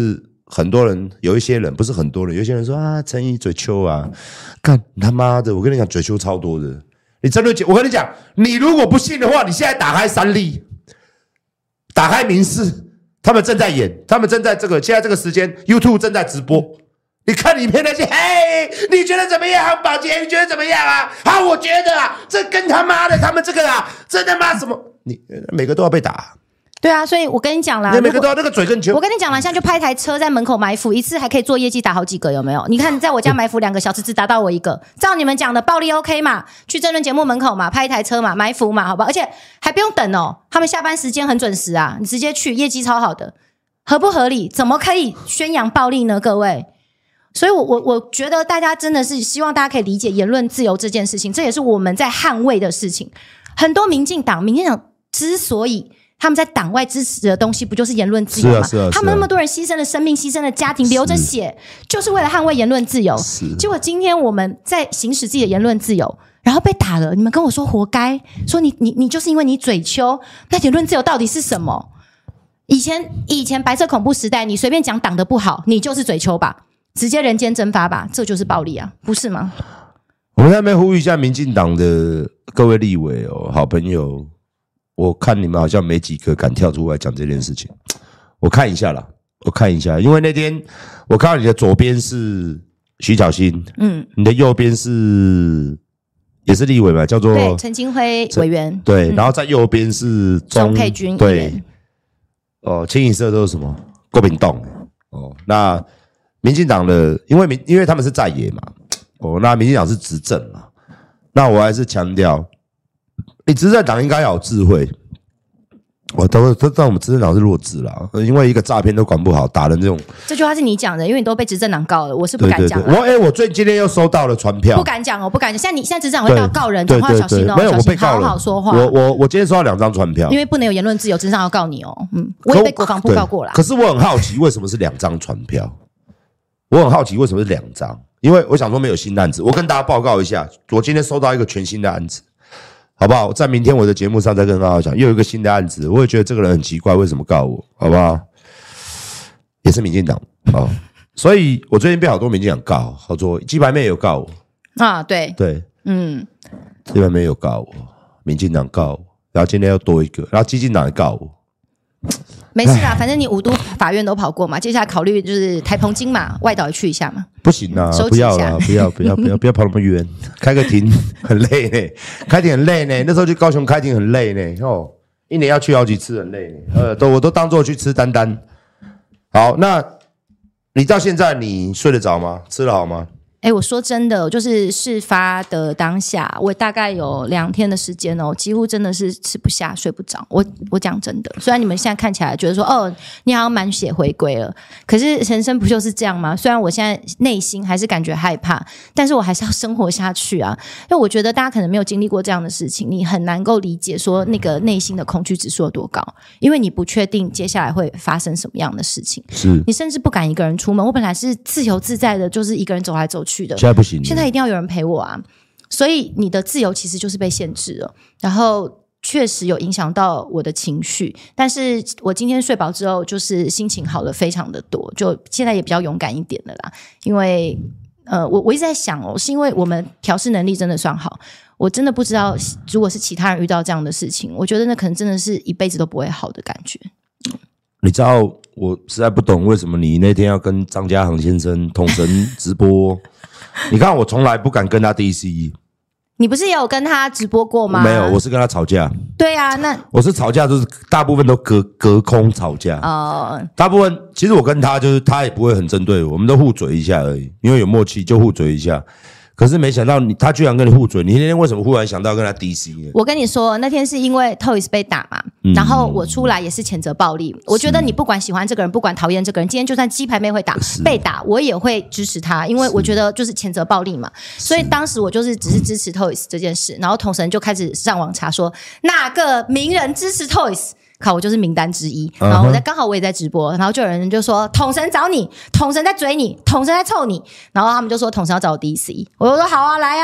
很多人有一些人不是很多人，有一些人说啊，陈沂嘴秋啊，干他妈的！我跟你讲，嘴秋超多的。你真的，我跟你讲，你如果不信的话，你现在打开三立，打开民视，他们正在演，他们正在现在这个时间 ，YouTube 正在直播。你看里面那些，嘿，你觉得怎么样？宝洁，你觉得怎么样啊？啊，我觉得啊，这跟他妈的他们这个啊，这他妈什么？你每个都要被打。 对啊，所以我跟你讲啦， 每个都要那个嘴更球。 我跟你讲啦，现在就派一台车在门口埋伏，一次还可以做业绩打好几个，有没有？你看，在我家埋伏2个小时，只打到我1个。照你们讲的，暴力 OK 嘛？去政论节目门口嘛，派一台车嘛，埋伏嘛，好不好？而且还不用等哦，他们下班时间很准时啊，你直接去，业绩超好的，合不合理？怎么可以宣扬暴力呢？各位，所以我觉得大家真的是希望大家可以理解言论自由这件事情，这也是我们在捍卫的事情。很多民进党之所以他们在党外支持的东西不就是言论自由吗？他们那么多人牺牲了生命，牺牲了家庭，流着血，就是为了捍卫言论自由。结果今天我们在行使自己的言论自由，然后被打了，你们跟我说活该，说你就是因为你嘴秋，那言论自由到底是什么？以前白色恐怖时代，你随便讲党的不好，你就是嘴秋吧，直接人间蒸发吧，这就是暴力啊，不是吗？ 我们在那边呼吁一下民进党的各位立委哦，好朋友。我看你们好像没几个敢跳出来讲这件事情，我看一下啦，因为那天我看到你的左边是徐巧芯，你的右边也是立委嘛，叫做对陈清辉委员， 对，然后在右边是钟佩君议员， 对，清一色都是什么郭炳栋哦，那民进党的因为他们是在野嘛，那民进党是执政嘛，那我还是强调。你执政党应该要有智慧，但我们执政党是弱智啦，因为一个诈骗都管不好，打人这种。这句话是你讲的，因为你都被执政党告了，我是不敢讲。 我今天又收到了传票， 不敢讲哦，不敢讲。现在执政党会告人，讲话小心哦， 没有我被告了， 好好说话。 我今天收到2张传票， 因为不能有言论自由，执政党要告你哦。我也被国防部告过啦。 可是我很好奇，为什么是2张传票？我很好奇为什么是2张，因为我想说没有新案子，我跟大家报告一下，我今天收到一个全新的案子。好不好？在明天我的节目上再跟大家讲，又有一个新的案子，我也觉得这个人很奇怪，为什么告我？好不好？也是民进党哦，所以我最近被好多民进党告，好多鸡排妹有告我啊，对， 鸡排妹有告我，民进党告我，然后今天又多一个，然后基进党也告我。 没事啦，反正你5都法院都跑过嘛，接下来考虑就是台澎金马外岛也去一下嘛。 不行啊，不要啦，不要跑那么远，开个庭很累呢，开庭很累呢。那时候去高雄开庭很累呢，1年要去好几次，很累呢。我都当作去吃丹丹。好，那你到现在你睡得着吗？吃得好吗？ 我说真的，就是事发的当下，我大概有2天的时间哦，几乎真的是吃不下、睡不着。我讲真的，虽然你们现在看起来觉得说，你好像满血回归了，可是人生不就是这样吗？虽然我现在内心还是感觉害怕，但是我还是要生活下去啊。因为我觉得大家可能没有经历过这样的事情，你很难够理解说那个内心的恐惧指数有多高，因为你不确定接下来会发生什么样的事情， 是你甚至不敢一个人出门。我本来是自由自在的，就是一个人走来走去。现在不行， 现在一定要有人陪我啊！所以你的自由其实就是被限制了，然后确实有影响到我的情绪。但是我今天睡饱之后，就是心情好了非常的多，就现在也比较勇敢一点了啦。因为我一直在想是因为我们调试能力真的算好，我真的不知道如果是其他人遇到这样的事情，我觉得那可能真的是一辈子都不会好的感觉。 你知道我实在不懂为什么你那天要跟张家航先生同神直播。你看我从来不敢跟他 DC。 你不是也有跟他直播过吗？ 没有，我是跟他吵架。 对啊，那我是吵架就是大部分都隔空吵架大部分其实我跟他就是他也不会很针对我们都互嘴一下而已，因为有默契就互嘴一下。可是没想到他居然跟你互嘴，你那天为什么忽然想到跟他 DC 呢？ 我跟你说，那天是因为 Toys 被打嘛，然后我出来也是谴责暴力。我觉得你不管喜欢这个人，不管讨厌这个人，今天就算鸡排妹会被打，我也会支持他，因为我觉得就是谴责暴力嘛。所以当时我就是只是支持 Toys 这件事，然后统神就开始上网查说哪个名人支持 Toys。靠，我就是名单之一，然后刚好我也在直播，然后就有人就说统神找你，统神在追你，统神在凑你，然后他们就说统神要找我 DC， 我就说好啊，来啊，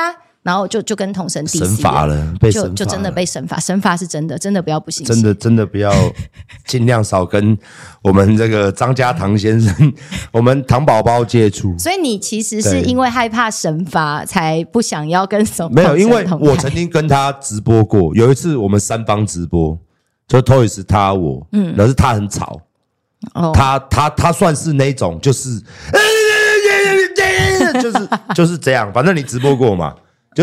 然后就跟统神 DC 神罚了，被神罚了， 就真的被神罚，神罚是真的，真的不要不信， 真的不要，尽量少跟我们这个张家堂先生、我们唐宝宝接触。 所以你其实是因为害怕神罚，才不想要跟什么？ 没有，因为我曾经跟他直播过，有一次我们3方直播，就 Toys 他我，可是他很吵，他算是那种就是就是这样，反正你直播过嘛。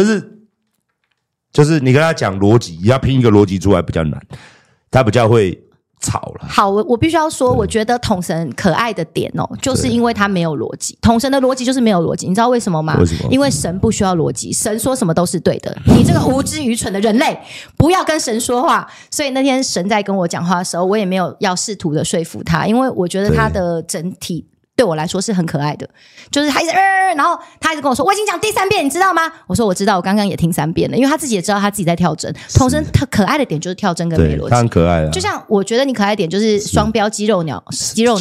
就是你跟他讲逻辑，要拼一个逻辑出来比较难，他比较会吵了。 好，我必须要说，我觉得统神可爱的点就是因为他没有逻辑。统神的逻辑就是没有逻辑，你知道为什么吗？ 为什么？ 因为神不需要逻辑，神说什么都是对的。你这个无知愚蠢的人类，不要跟神说话。所以那天神在跟我讲话的时候，我也没有要试图的说服他，因为我觉得他的整体对我来说是很可爱的，就是他一直然后他一直跟我说，我已经讲第3遍，你知道吗？我说我知道，我刚刚也听3遍了，因为他自己也知道他自己在跳针。统神他可爱的点就是跳针跟没逻辑， 他很可爱啊。 就像我觉得你可爱的点就是双标肌肉鸟鸟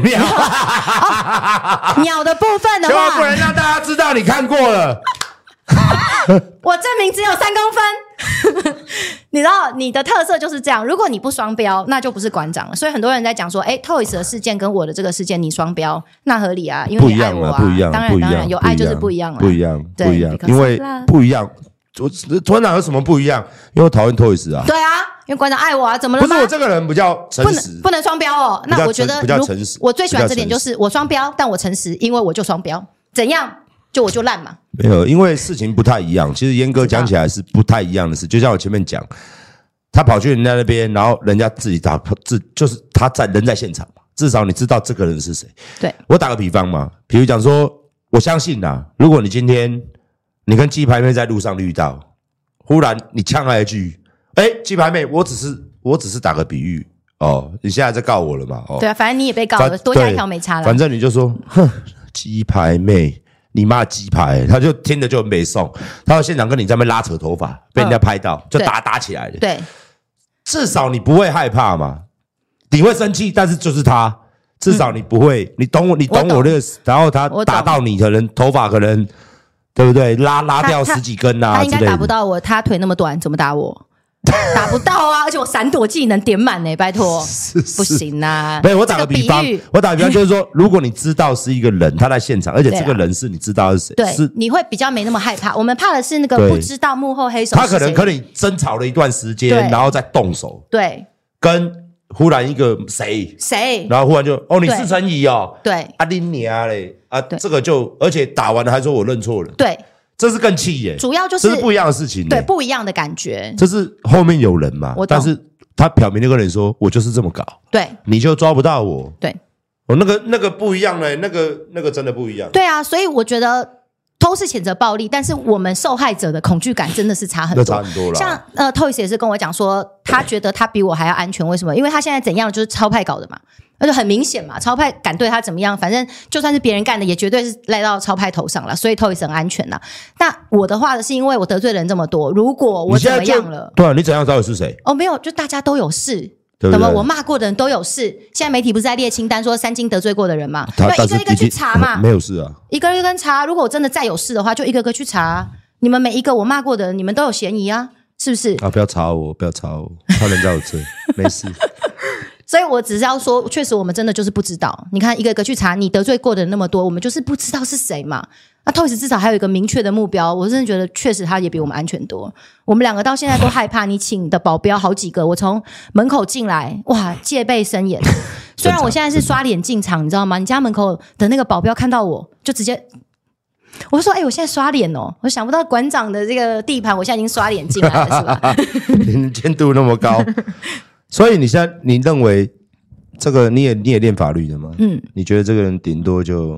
的部分的话， 不能让大家知道你看过了。 我证明只有3公分。你知道你的特色就是这样，如果你不双标那就不是馆长了。所以很多人在讲说Toys 的事件跟我的这个事件你双标，那合理啊，因为你爱我啊， 不一样， 当然有爱就是不一样了， 不一样，因为不一样。馆长有什么不一样？因为我讨厌 Toys 啊。 对啊，因为馆长爱我啊，怎么了吗？ 不是我这个人比较诚实， 不能双标哦。那我觉得比较诚实， 我最喜欢这点就是我双标，但我诚实，因为我就双标，怎样？就我就烂嘛。 没有，因为事情不太一样。其实严格讲起来是不太一样的事。就像我前面讲，他跑去人家那边，然后人家自己就是他人在现场嘛，至少你知道这个人是谁。 对， 我打个比方嘛，比如讲说，我相信啊，如果你今天你跟鸡排妹在路上遇到，忽然你呛他一句，鸡排妹，我只是打个比喻哦，你现在在告我了嘛？哦， 对啊，反正你也被告了，多加一条没差了。 反正你就说，哼，鸡排妹。你骂鸡排，他就听着就很没送。他到现场跟你在那边拉扯头发，被人家拍到，就打起来了。 对， 至少你不会害怕嘛？你会生气，但是就是他，至少你不会，你懂我那个，然后他打到你，可能头发可能对不对？拉掉10几根啊， 他应该打不到我，他腿那么短，怎么打我？打不到啊！而且我闪躲技能点满呢，拜托，不行啊！ 没有，我打个比方，就是说，如果你知道是一个人，他在现场，而且这个人是你知道是谁， 对，你会比较没那么害怕。我们怕的是那个不知道幕后黑手是谁， 他可能跟你争吵了一段时间，然后再动手， 对， 跟忽然一个谁，然后忽然就你是陈怡哦， 对， 你娘嘞啊，这个就而且打完了还说我认错了， 对。 这是更气耶， 主要就是这是不一样的事情， 对，不一样的感觉。 这是后面有人嘛，但是他表明那个人说，我就是这么搞， 对， 你就抓不到我， 对， 那个不一样嘞，那个真的不一样。 对啊，所以我觉得都是谴责暴力，但是我们受害者的恐惧感真的是差很多， 差很多了。 像Toys 也是跟我讲说，他觉得他比我还要安全，为什么？因为他现在怎样就是超派搞的嘛。那就很明显嘛，超派敢对他怎么样，反正就算是别人干的，也绝对是赖到超派头上了，所以 Toys 很安全啦。那我的话是因为我得罪人这么多，如果我怎么样了， 对啊，你怎样知道是谁？ 没有，就大家都有事， 对不对？ 我骂过的人都有事。现在媒体不是在列清单说3金得罪过的人嘛，要一个一个去查嘛， 没有事啊， 一个一个查。如果我真的再有事的话，就一个个去查。你们每一个我骂过的人，你们都有嫌疑啊，是不是？ 啊，不要查我，他人在我这，没事。 所以我只是要说，确实我们真的就是不知道。你看一个一个去查，你得罪过的人那么多，我们就是不知道是谁嘛。那 Toys 至少还有一个明确的目标，我真的觉得确实他也比我们安全多。我们2个到现在都害怕你请的保镖好几个，我从门口进来，哇，戒备森严。虽然我现在是刷脸进场，你知道吗？你家门口的那个保镖看到我就直接，我就说，我现在刷脸哦，我想不到馆长的这个地盘，我现在已经刷脸进来了，是吧？ 你监督那么高。所以你认为这个你也练法律的吗？你觉得这个人顶多就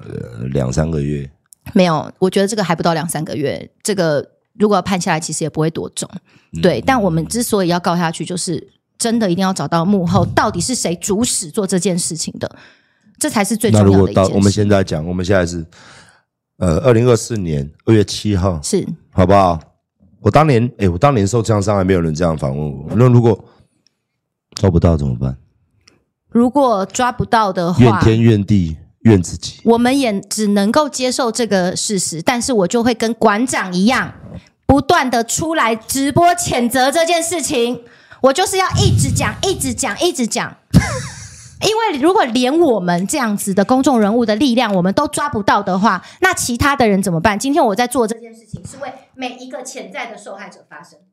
2-3个月？ 没有，我觉得这个还不到2-3个月。这个如果要判下来，其实也不会多重。对，但我们之所以要告下去，就是真的一定要找到幕后到底是谁主使做这件事情的，这才是最重要的一件事。 那如果我们现在讲，我们现在是2024年2月7号， 是好不好？我当年受这样伤害，没有人这样访问我。那如果抓不到怎么办？ 如果抓不到的话， 怨天怨地怨自己。 我们也只能够接受这个事实，但是我就会跟馆长一样，不断的出来直播谴责这件事情。我就是要一直讲，一直讲，一直讲。因为如果连我们这样子的公众人物的力量我们都抓不到的话，那其他的人怎么办？今天我在做这件事情是为每一个潜在的受害者发声。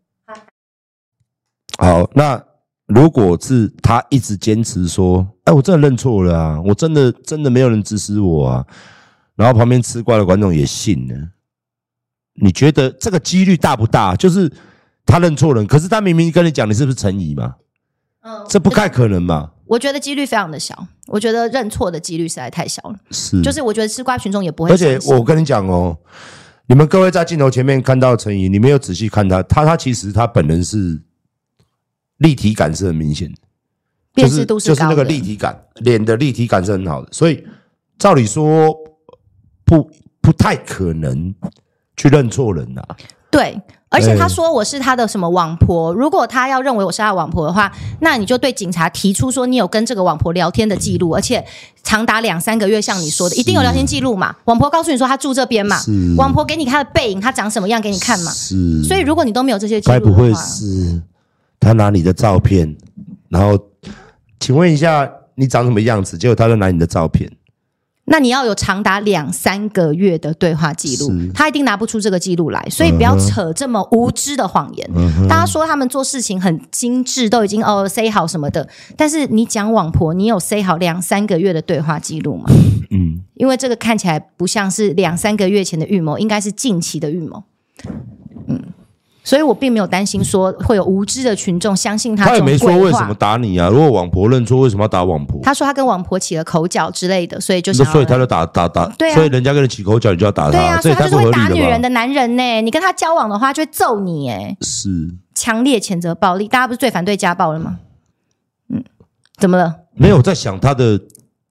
好，那如果是他一直坚持说我真的认错了啊，我真的没有人指使我啊，然后旁边吃瓜的观众也信了，你觉得这个几率大不大？就是他认错人，可是他明明跟你讲你是不是陈沂嘛？这不太可能嘛。我觉得几率非常的小，我觉得认错的几率实在太小了。 是， 就是我觉得吃瓜群众也不会。 而且我跟你讲哦，你们各位在镜头前面看到陈沂，你没有仔细看他其实他本人是立体感是很明显的， 辨识度是高的， 就是那个立体感，脸的立体感是很好的，所以照理说不太可能去认错人啊。 对。而且他说我是他的什么网婆，如果他要认为我是他的网婆的话，那你就对警察提出说你有跟这个网婆聊天的记录，而且长达2-3个月，像你说的一定有聊天记录嘛，网婆告诉你说他住这边嘛，网婆给你他的背影，他长什么样给你看嘛，是。所以如果你都没有这些记录的话，该不会是他拿你的照片，然后请问一下你长什么样子，结果他就拿你的照片， 那你要有长达2-3个月的对话记录，他一定拿不出这个记录来，所以不要扯这么无知的谎言。大家说他们做事情很精致，都已经say 好什么的，但是你讲网婆，你有 say 好2-3个月的对话记录吗？因为这个看起来不像是2-3个月前的预谋，应该是近期的预谋。所以我并没有担心说会有无知的群众相信他这种鬼话。 他也没说为什么打你啊，如果网婆认错为什么要打网婆？ 他说他跟网婆起了口角之类的，所以就想要， 所以他就打，对啊，所以人家跟你起口角你就要打他，对啊，所以他就是会打女人的男人呢，你跟他交往的话就会揍你耶。 是强烈谴责暴力，大家不是最反对家暴了吗？怎么了？ 没有在想他的，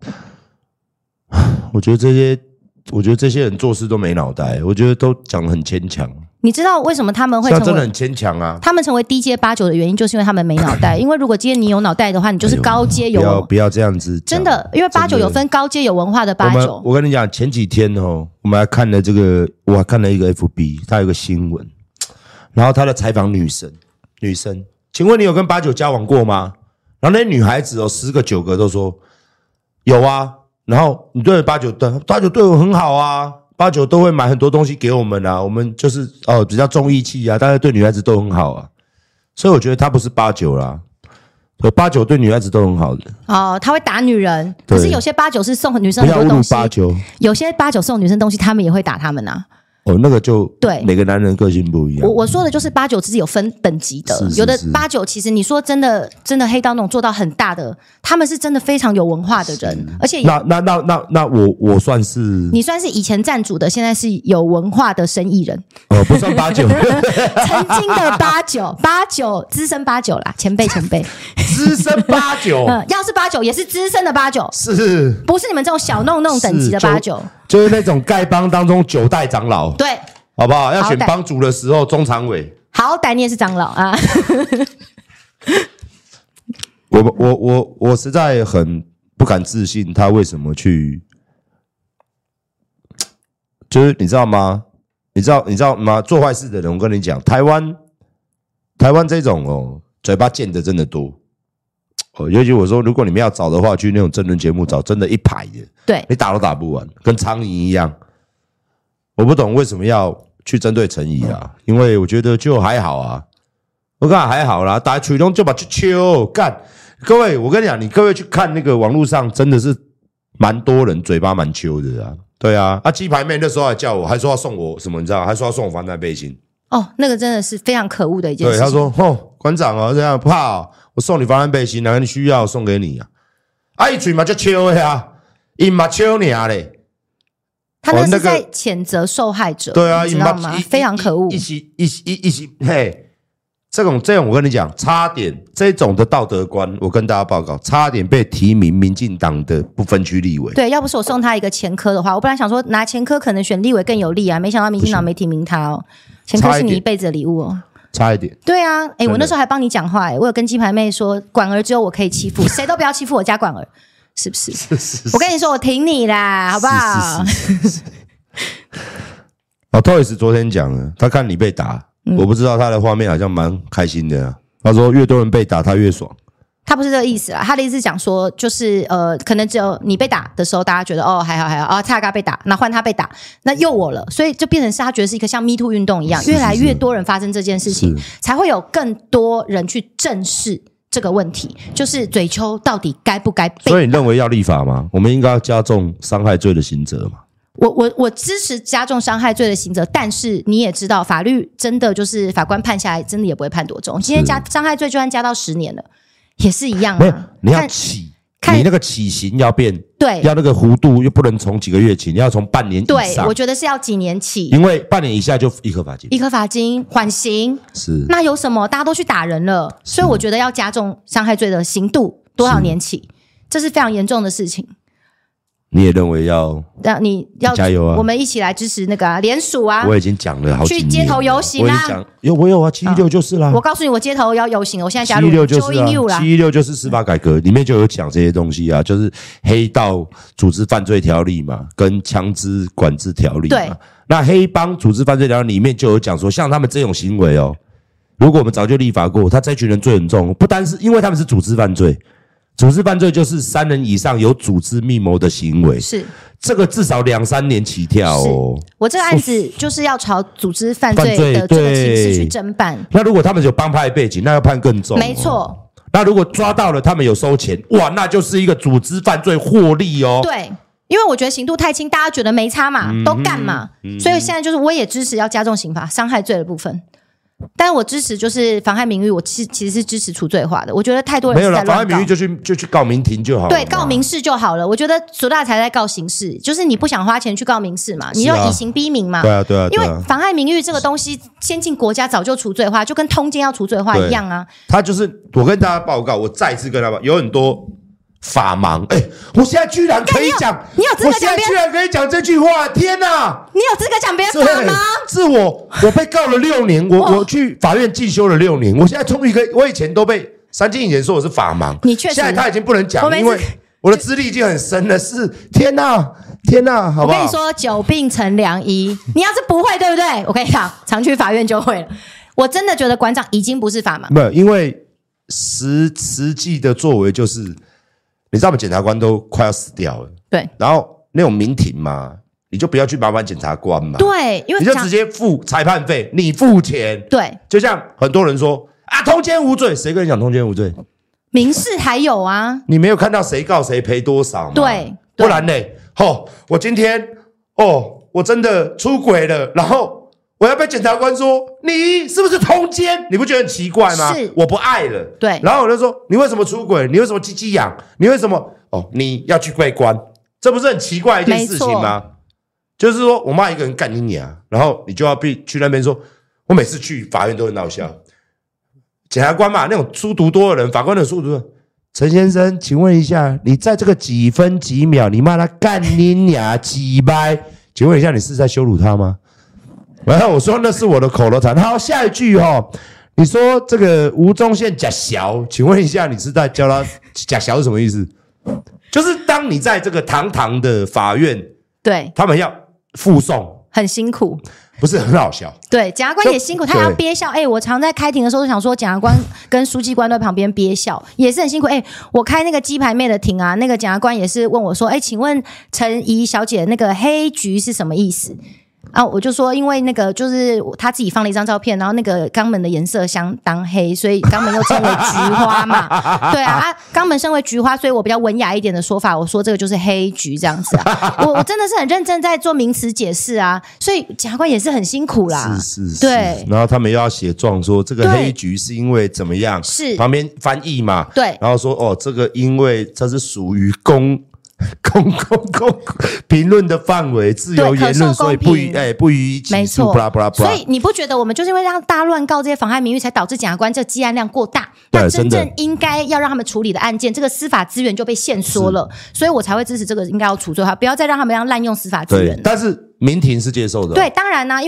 我觉得这些人做事都没脑袋，我觉得都讲得很牵强。 你知道为什么他们会成为真的很牵强啊？ 他们成为低阶89的原因，就是因为他们没脑袋。因为如果今天你有脑袋的话，你就是高阶有不要这样子。 真的，因为89有分高阶有文化的89。 我跟你讲，前几天我们还看了我还看了一个 FB， 他有个新闻，然后他的采访女生，请问你有跟89交往过吗？然后那些女孩子10个9个都说有啊。然后你对89对我很好啊。89都会买很多东西给我们啊，我们就是比较重义气啊，大家对女孩子都很好啊，所以我觉得他不是89啦，89对女孩子都很好的。 他会打女人，可是有些89是送女生很多东西， 不要侮辱89， 有些89送女生东西，他们也会打他们啊。 那个就对每个男人个性不一样。 我说的就是89其实有分等级的，有的89其实你说真的黑道那种做到很大的，他们是真的非常有文化的人，而且那我算是你算是以前站主的，现在是有文化的生意人。 不算89， 曾经的89资深89啦，前辈资深89， 要是89也是资深的89， 是不是你们这种小弄等级的89？ 就是那种丐帮当中9代长老， 对， 好不好？要选帮主的时候，中常委， 好歹你也是长老啊。 我实在很不敢置信，他为什么去？就是你知道吗？你知道吗？做坏事的人，我跟你讲，台湾这种嘴巴贱的真的多。尤其我说，如果你们要找的话，去那种政论节目找，真的一排的， 对， 你打都打不完，跟苍蝇一样。我不懂为什么要去针对陈沂啊，因为我觉得就还好啊，我看还好啦，打吹龙就把去秋干。各位，我跟你讲，你各位去看那个网络上，真的是蛮多人嘴巴蛮秋的啊。对啊，鸡排妹那时候还叫我，还说要送我什么，你知道？还说要送我防弹背心。 那个真的是非常可恶的一件事情。 对，他说馆长这样怕我送你防弹背心，哪个你需要送给你啊？一嘴嘛就秋的啊，伊嘛秋你啊嘞。 他那是在谴责受害者， 对啊， 你知道吗？非常可恶。 一起嘿，这种我跟你讲，差点这种的道德观，我跟大家报告，差点被提名民进党的不分区立委。 对，要不是我送他一个前科的话，我本来想说拿前科可能选立委更有利啊，没想到民进党没提名他哦。前科是你一辈子的礼物哦。 差一点。 对啊，我那时候还帮你讲话我有跟鸡排妹说，管儿只有我可以欺负，谁都不要欺负我家管儿。 是不是？我跟你说，我挺你啦，好不好？ Toys 昨天讲了，他看你被打，我不知道他的画面好像蛮开心的啊。他说越多人被打，他越爽。 他不是这个意思啦，他的意思讲说，就是可能只有你被打的时候，大家觉得还好蔡阿嘎被打，那换他被打，那又我了，所以就变成是他觉得是一个像 Me Too 运动一样，越来越多人发生这件事情，才会有更多人去正视这个问题，就是嘴丘到底该不该被打。 所以你认为要立法吗？我们应该要加重伤害罪的刑责吗？ 我支持加重伤害罪的刑责，但是你也知道，法律真的就是法官判下来，真的也不会判多重。今天加伤害罪，就算加到10年了。也是一样啊， 你要你那个起刑要变， 对， 要那个弧度又不能从几个月起，你要从半年以上。 对，我觉得是要几年起， 因为半年以下就1颗罚金，1 颗罚金缓刑。 是， 那有什么？大家都去打人了，所以我觉得要加重伤害罪的刑度，多少年起，这是非常严重的事情。 你也认为要？ 你要加油啊！ 我们一起来支持那个联署啊！ 我已经讲了好几年， 去街头游行啊！ 我有啊，716就是啦。 我告诉你，我街头要游行，我现在加入 716就是啦，716就是司法改革，里面就有讲这些东西啊，就是黑道组织犯罪条例嘛，跟枪支管制条例嘛。对，那黑帮组织犯罪条例里面就有讲说，像他们这种行为哦，如果我们早就立法过，他这群人罪很重，不单是因为他们是组织犯罪。组织犯罪就是3人以上有组织密谋的行为，是这个至少2-3年起跳哦。 我这个案子就是要朝组织犯罪的这个形式去侦办。 那如果他们有帮派背景，那要判更重。 没错。 那如果抓到了他们有收钱，哇，那就是一个组织犯罪获利哦。 对，因为我觉得刑度太轻，大家觉得没差嘛，都干嘛，所以现在就是我也支持要加重刑罚，伤害罪的部分。但是我支持就是妨害名誉，我其实是支持除罪化的。我觉得太多人是在乱告， 没有了，妨害名誉就去告民庭就好了， 对，告民事就好了。我觉得苏大才在告刑事，就是你不想花钱去告民事嘛，你要以刑逼民嘛。 对啊，对啊， 因为妨害名誉这个东西，先进国家早就除罪化，就跟通奸要除罪化一样啊。 他就是我跟大家报告，我再次跟大家报告，有很多法盲，我现在居然可以讲， 你有资格讲别人， 我现在居然可以讲这句话，天哪！ 你有资格讲别人法盲？ 是我被告了6年，我去法院进修了6年，我现在终于可以，我以前都被3金以前说我是法盲， 你确实， 现在他已经不能讲，因为我的资历已经很深了，是天哪，天哪，好不好？ 我跟你说，久病成良医，你要是不会，对不对？我跟你讲，常去法院就会了。我真的觉得馆长已经不是法盲， 没有，因为实际的作为就是。你知道我们检察官都快要死掉了， 对， 然后那种民庭嘛，你就不要去麻烦检察官嘛， 对，因为你就直接付裁判费，你付钱， 对， 就像很多人说啊，通奸无罪，谁跟你讲通奸无罪？ 民事还有啊， 你没有看到谁告谁赔多少吗？ 对， 不然呢？我今天我真的出轨了，然后。我要被检察官说你是不是通奸？你不觉得很奇怪吗？ 是， 我不爱了。 对， 然后我就说你为什么出轨？你为什么鸡鸡痒？你为什么？你要去被关，这不是很奇怪一件事情吗？就是说我骂一个人干你娘，然后你就要去那边说，我每次去法院都会闹笑。检察官嘛，那种书读多的人，法官的书读多。陈先生，请问一下，你在这个几分几秒，你骂他干你娘几掰？请问一下，你是在羞辱他吗？然后我说那是我的口头禅。好，下一句你说这个吴宗宪假小，请问一下，你是在教他假小是什么意思？就是当你在这个堂堂的法院，对，他们要附送， 很辛苦， 不是很好笑。 对，检察官也辛苦，他还要憋笑。我常在开庭的时候就想说，检察官跟书记官在旁边憋笑，也是很辛苦。我开那个鸡排妹的庭啊，那个检察官也是问我说，请问陈怡小姐，那个黑橘是什么意思？啊，我就说，因为那个就是他自己放了一张照片，然后那个肛门的颜色相当黑，所以肛门又称为菊花嘛。对啊，肛门身为菊花，所以我比较文雅一点的说法，我说这个就是黑橘这样子啊。我真的是很认真在做名词解释啊，所以检察官也是很辛苦啦。 是， 对。 然后他们又要写状说这个黑橘是因为怎么样？ 是旁边翻译嘛？ 对。 然后说这个因为这是属于公评论的范围，自由言论，所以不予起诉，不啦不啦不啦。 所以你不觉得我们就是因为让大家乱告这些妨害名誉，才导致检察官这积案量过大？那真正应该要让他们处理的案件，这个司法资源就被限缩了，所以我才会支持这个应该要除罪化，不要再让他们滥用司法资源。 但是民庭是接受的， 对，当然啦，因为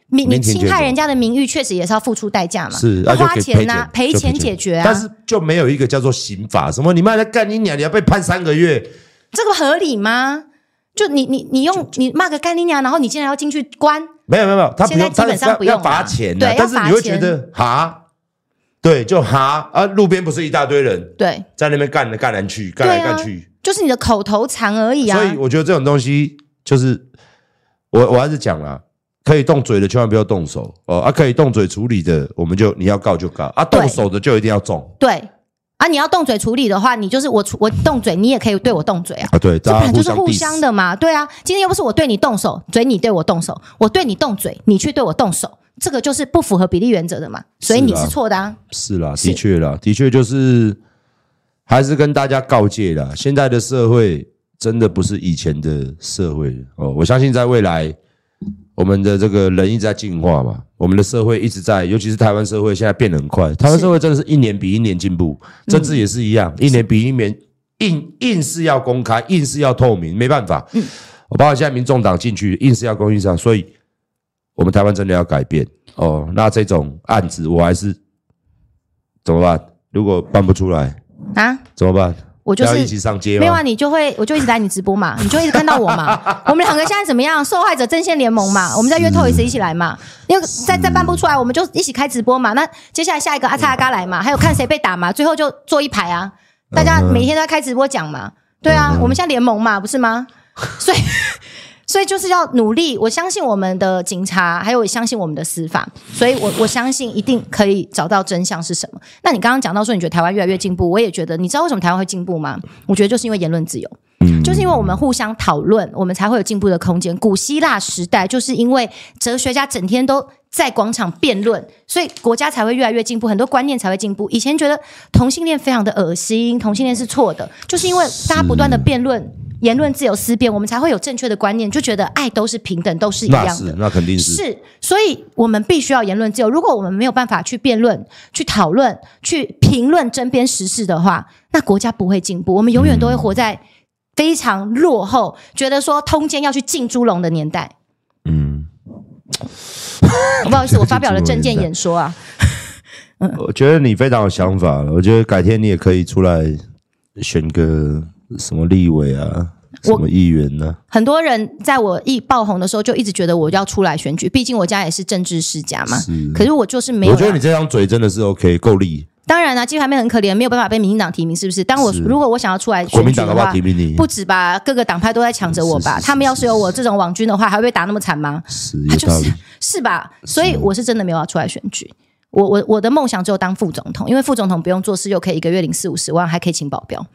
你侵害人家的名誉，确实也是要付出代价嘛。 是， 花钱啊，赔钱解决啊。 但是就没有一个叫做刑法，什么你妈在干你娘，你要被判3个月， 这个合理吗？就你骂个干你娘，然后你竟然要进去关？ 没有，他不用， 现在基本上不用要罚钱的， 对， 但是你会觉得哈，对，就哈啊，路边不是一大堆人， 对， 在那边干来去，干来干去， 就是你的口头禅而已啊。 所以我觉得这种东西就是我还是讲啦，可以动嘴的千万不要动手哦，可以动嘴处理的，我们就你要告就告啊，动手的就一定要中， 对。啊，你要动嘴处理的话，你就是我动嘴，你也可以对我动嘴啊。 对， 这本来就是互相的嘛。对啊，今天又不是我对你动手，嘴你对我动手，我对你动嘴，你去对我动手，这个就是不符合比例原则的嘛。所以你是错的啊。 是啦，的确啦，的确就是还是跟大家告诫啦，现在的社会真的不是以前的社会哦。我相信在未来，我们的这个人一直在进化嘛，我们的社会一直在，尤其是台湾社会现在变得很快，台湾社会真的是一年比一年进步，政治也是一样，一年比一年硬是要公开，硬是要透明，没办法。我包括现在民众党进去，硬是要公益上，所以我们台湾真的要改变哦。那这种案子我还是怎么办？如果办不出来啊，怎么办？ 我就是要一起上街吗？ 没有啊，我就一直来你直播嘛，你就一直看到我嘛。我们2个现在怎么样？受害者阵线联盟嘛，我们在约Toys一起来嘛。因为再办不出来，我们就一起开直播嘛。那接下来下一个阿叉阿嘎来嘛，还有看谁被打嘛，最后就坐一排啊。大家每天都在开直播讲嘛，对啊，我们现在联盟嘛，不是吗？所以就是要努力，我相信我们的警察，还有我相信我们的司法，所以我相信一定可以找到真相是什么。那你刚刚讲到说你觉得台湾越来越进步，我也觉得，你知道为什么台湾会进步吗？我觉得就是因为言论自由，就是因为我们互相讨论，我们才会有进步的空间。古希腊时代就是因为哲学家整天都在广场辩论，所以国家才会越来越进步，很多观念才会进步。以前觉得同性恋非常的恶心，同性恋是错的，就是因为大家不断的辩论。言论自由思辨，我们才会有正确的观念，就觉得爱都是平等，都是一样的。 那肯定是。 所以我们必须要言论自由。如果我们没有办法去辩论、去讨论、去评论针砭时事的话，那国家不会进步。我们永远都会活在非常落后，觉得说通奸要去进猪笼的年代。不好意思，我发表了政见演说啊。 我觉得你非常有想法了，我觉得改天你也可以出来选个。什么立委啊，什么议员呢？ 很多人在我一爆红的时候就一直觉得我要出来选举，毕竟我家也是政治世家嘛。可是我就是没有。 我觉得你这张嘴真的是 OK， 够力。 当然啊，鸡排妹很可怜，没有办法被民进党提名，是不是？如果我想要出来选举的话，不止吧，各个党派都在抢着我吧。他们要是有我这种网军的话，还会被打那么惨吗？是吧？所以我是真的没有要出来选举。我的梦想只有当副总统，因为副总统不用做事，又可以一个月领40-50万，还可以请保镖。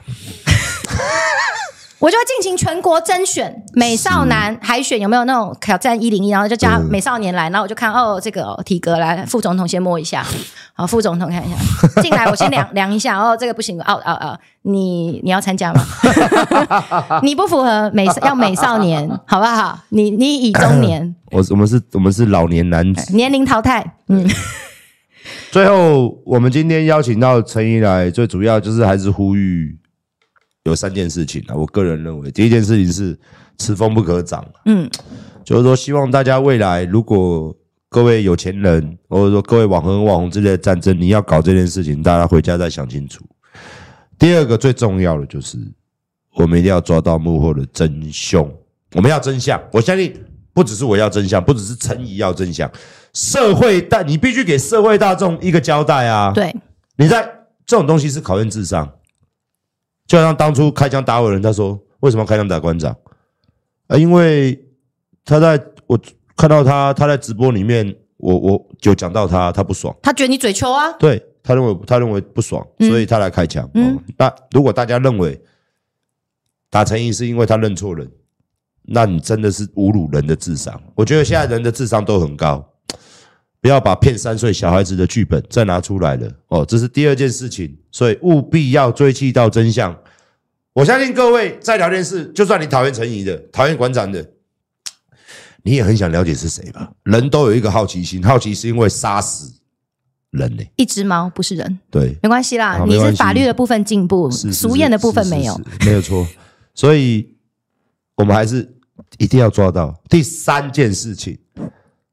我就会进行全国甄选，美少男海选有没有那种挑战101，然后就叫美少年来，然后我就看这个体格来，副总统先摸一下，好，副总统看一下，进来我先量一下，这个不行，你要参加吗？你不符合要美少年，好不好？你已中年， 我们是老年男子， 年龄淘汰， 最后，我们今天邀请到陈怡来，最主要就是还是呼吁。有3件事情啊，我个人认为，第一件事情是此风不可长，就是说希望大家未来如果各位有钱人或者说各位网红之类的战争，你要搞这件事情，大家回家再想清楚。第二个最重要的就是我们一定要抓到幕后的真凶，我们要真相。我相信不只是我要真相，不只是陈怡要真相，你必须给社会大众一个交代啊。对，你在这种东西是考验智商。就像当初开枪打我的人，他说为什么要开枪打馆长？因为我看到他在直播里面，我就讲到他不爽， 他觉得你嘴球啊， 对，他认为不爽，所以他来开枪。那如果大家认为打陈怡是因为他认错人，那你真的是侮辱人的智商。我觉得现在人的智商都很高。不要把骗3岁小孩子的剧本再拿出来了这是第二件事情，所以务必要追迹到真相。我相信各位在聊天室，就算你讨厌陈怡的，讨厌馆长的，你也很想了解是谁吧？人都有一个好奇心，好奇是因为杀死人呢。 一只猫不是人， 对， 没关系啦，你是法律的部分进步，俗谚的部分没有， 没有错。所以我们还是一定要抓到。第3件事情。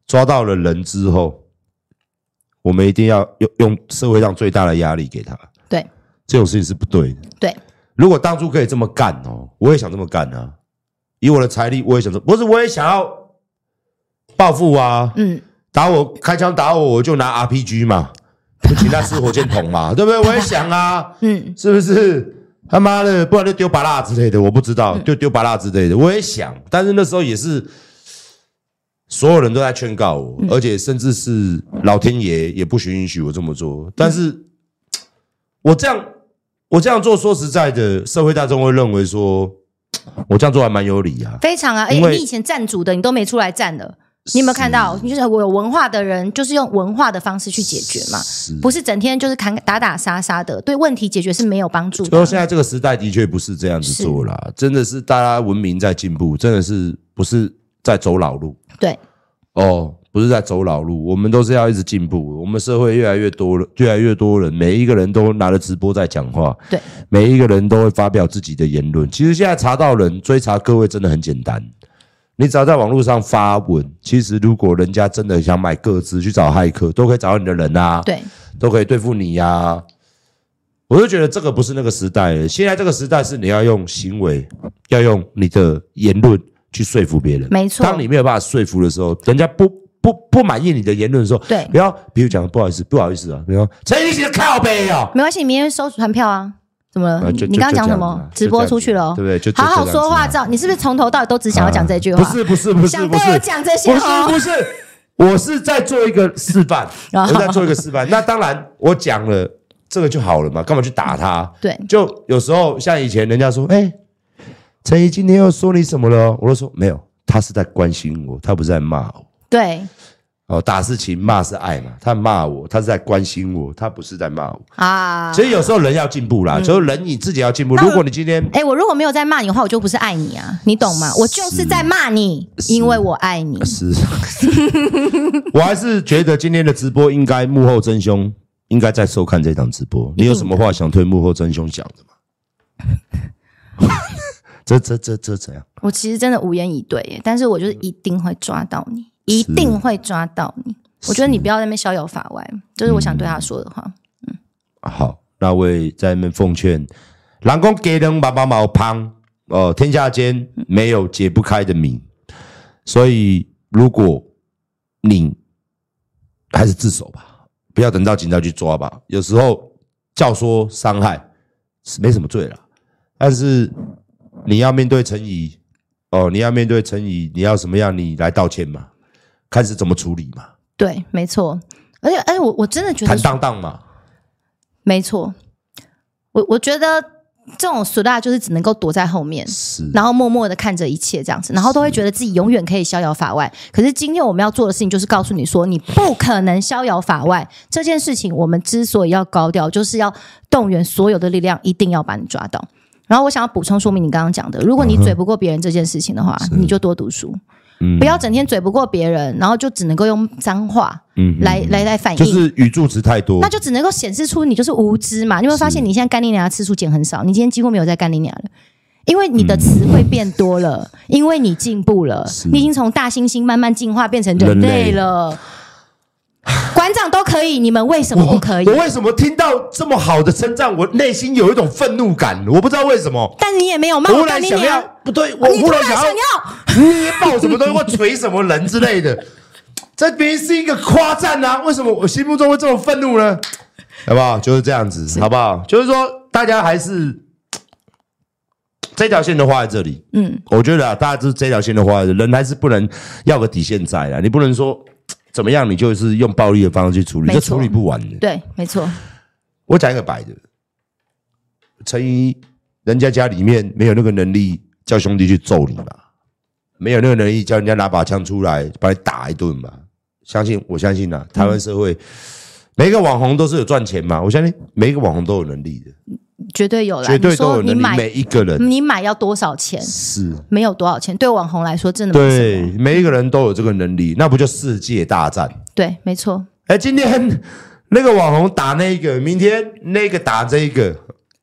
抓到了人之后，我们一定要用社会上最大的压力给他。 对， 这种事情是不对的。 对， 如果当初可以这么干哦，我也想这么干啊。以我的财力，我也想不是，我也想要报复啊。打我开枪打我，我就拿 RPG 嘛，就请他吃火箭筒嘛，对不对？我也想啊，是不是？他妈的，不然就丢芭乐之类的，我不知道，就丢芭乐之类的，我也想。但是那时候也是所有人都在劝告我，而且甚至是老天爷也不允许我这么做。但是我这样做，说实在的，社会大众会认为说我这样做还蛮有理啊， 非常啊。你以前站主的，你都没出来站的。你有没有看到？你就是我有文化的人，就是用文化的方式去解决嘛，不是整天就是打杀杀的，对问题解决是没有帮助的。 所以现在这个时代的确不是这样子做啦，真的是大家文明在进步，真的是不是在走老路？ 对， 不是在走老路，我们都是要一直进步。我们社会越来越多人，每一个人都拿着直播在讲话， 对， 每一个人都会发表自己的言论。其实现在查到人、追查各位真的很简单。你只要在网络上发文，其实如果人家真的想买个资去找骇客，都可以找到你的人啊， 对， 都可以对付你啊。我就觉得这个不是那个时代了，现在这个时代是你要用行为，要用你的言论去说服别人。 没错， 当你没有办法说服的时候，人家不满意你的言论的时候， 对， 比如讲不好意思啊，比如说陈奕迅的靠北哦， 没关系，你明天收传票啊。怎么了？你刚刚讲什么？直播出去了， 对不对？就好好说话，你是不是从头到尾都只想要讲这句话？ 不是， 想对我讲这些话？ 不是，我是在做一个示范，那当然，我讲了这个就好了嘛，干嘛去打他？ 对， 就有时候像以前人家说，陈怡今天又说你什么了？我都说没有，他是在关心我，他不是在骂我。 对。 打是情，骂是爱嘛。他骂我，他是在关心我，他不是在骂我啊。 所以有时候人要进步啦，就是人你自己要进步。如果你今天， 我如果没有在骂你的话，我就不是爱你啊，你懂吗？我就是在骂你，因为我爱你。 是，我还是觉得今天的直播应该幕后真凶应该在收看这场直播。你有什么话想对幕后真凶讲的吗？这怎样？ 我其实真的无言以对耶，但是我就是一定会抓到你。一定会抓到你，我觉得你不要在那边逍遥法外，这是我想对他说的话。 好，那我也在那边奉劝，人讲给人爸爸毛胖天下间没有解不开的谜，所以如果你还是自首吧，不要等到警察去抓吧。有时候教唆伤害是没什么罪啦，但是你要面对陈怡你要什么样你来道歉嘛。看是怎么处理嘛？对， 没错。而且我真的觉得坦荡荡嘛， 没错。我觉得这种俗大就是只能够躲在后面，然后默默的看着一切这样子，然后都会觉得自己永远可以逍遥法外。可是今天我们要做的事情就是告诉你说，你不可能逍遥法外。这件事情我们之所以要高调，就是要动员所有的力量，一定要把你抓到。然后我想要补充说明你刚刚讲的，如果你嘴不过别人这件事情的话，你就多读书。不要整天嘴不过别人，然后就只能够用脏话来反应， 就是语助词太多， 那就只能够显示出你就是无知嘛。你有没有发现你现在干你娘的次数减很少？你今天几乎没有在干你娘了，因为你的词汇变多了，因为你进步了，你已经从大猩猩慢慢进化变成人类了。馆长都可以，你们为什么不可以？ 我为什么听到这么好的称赞，我内心有一种愤怒感？我不知道为什么。 但你也没有骂我干你娘， 不对，我忽然想要捏爆什么东西或捶什么人之类的，这明明是一个夸赞啊！为什么我心目中会这种愤怒呢？好不好？就是这样子，好不好？就是说，大家还是这条线都画在这里。我觉得大家就是这条线都画在这里，人还是不能要个底线在啊！你不能说。怎么样？你就是用暴力的方式去处理，这处理不完的。 对，没错。 我讲一个白的，陈怡，人家里面没有那个能力叫兄弟去揍你嘛，没有那个能力叫人家拿把枪出来把你打一顿嘛。我相信啊，台湾社会每一个网红都是有赚钱嘛，我相信每一个网红都有能力的。 绝对有啦， 绝对都有能力。每一个人， 你买要多少钱？ 是没有多少钱，对网红来说真的没什么。 对，每一个人都有这个能力，那不就世界大战？ 对，没错。 今天那个网红打那个，明天那个打这个，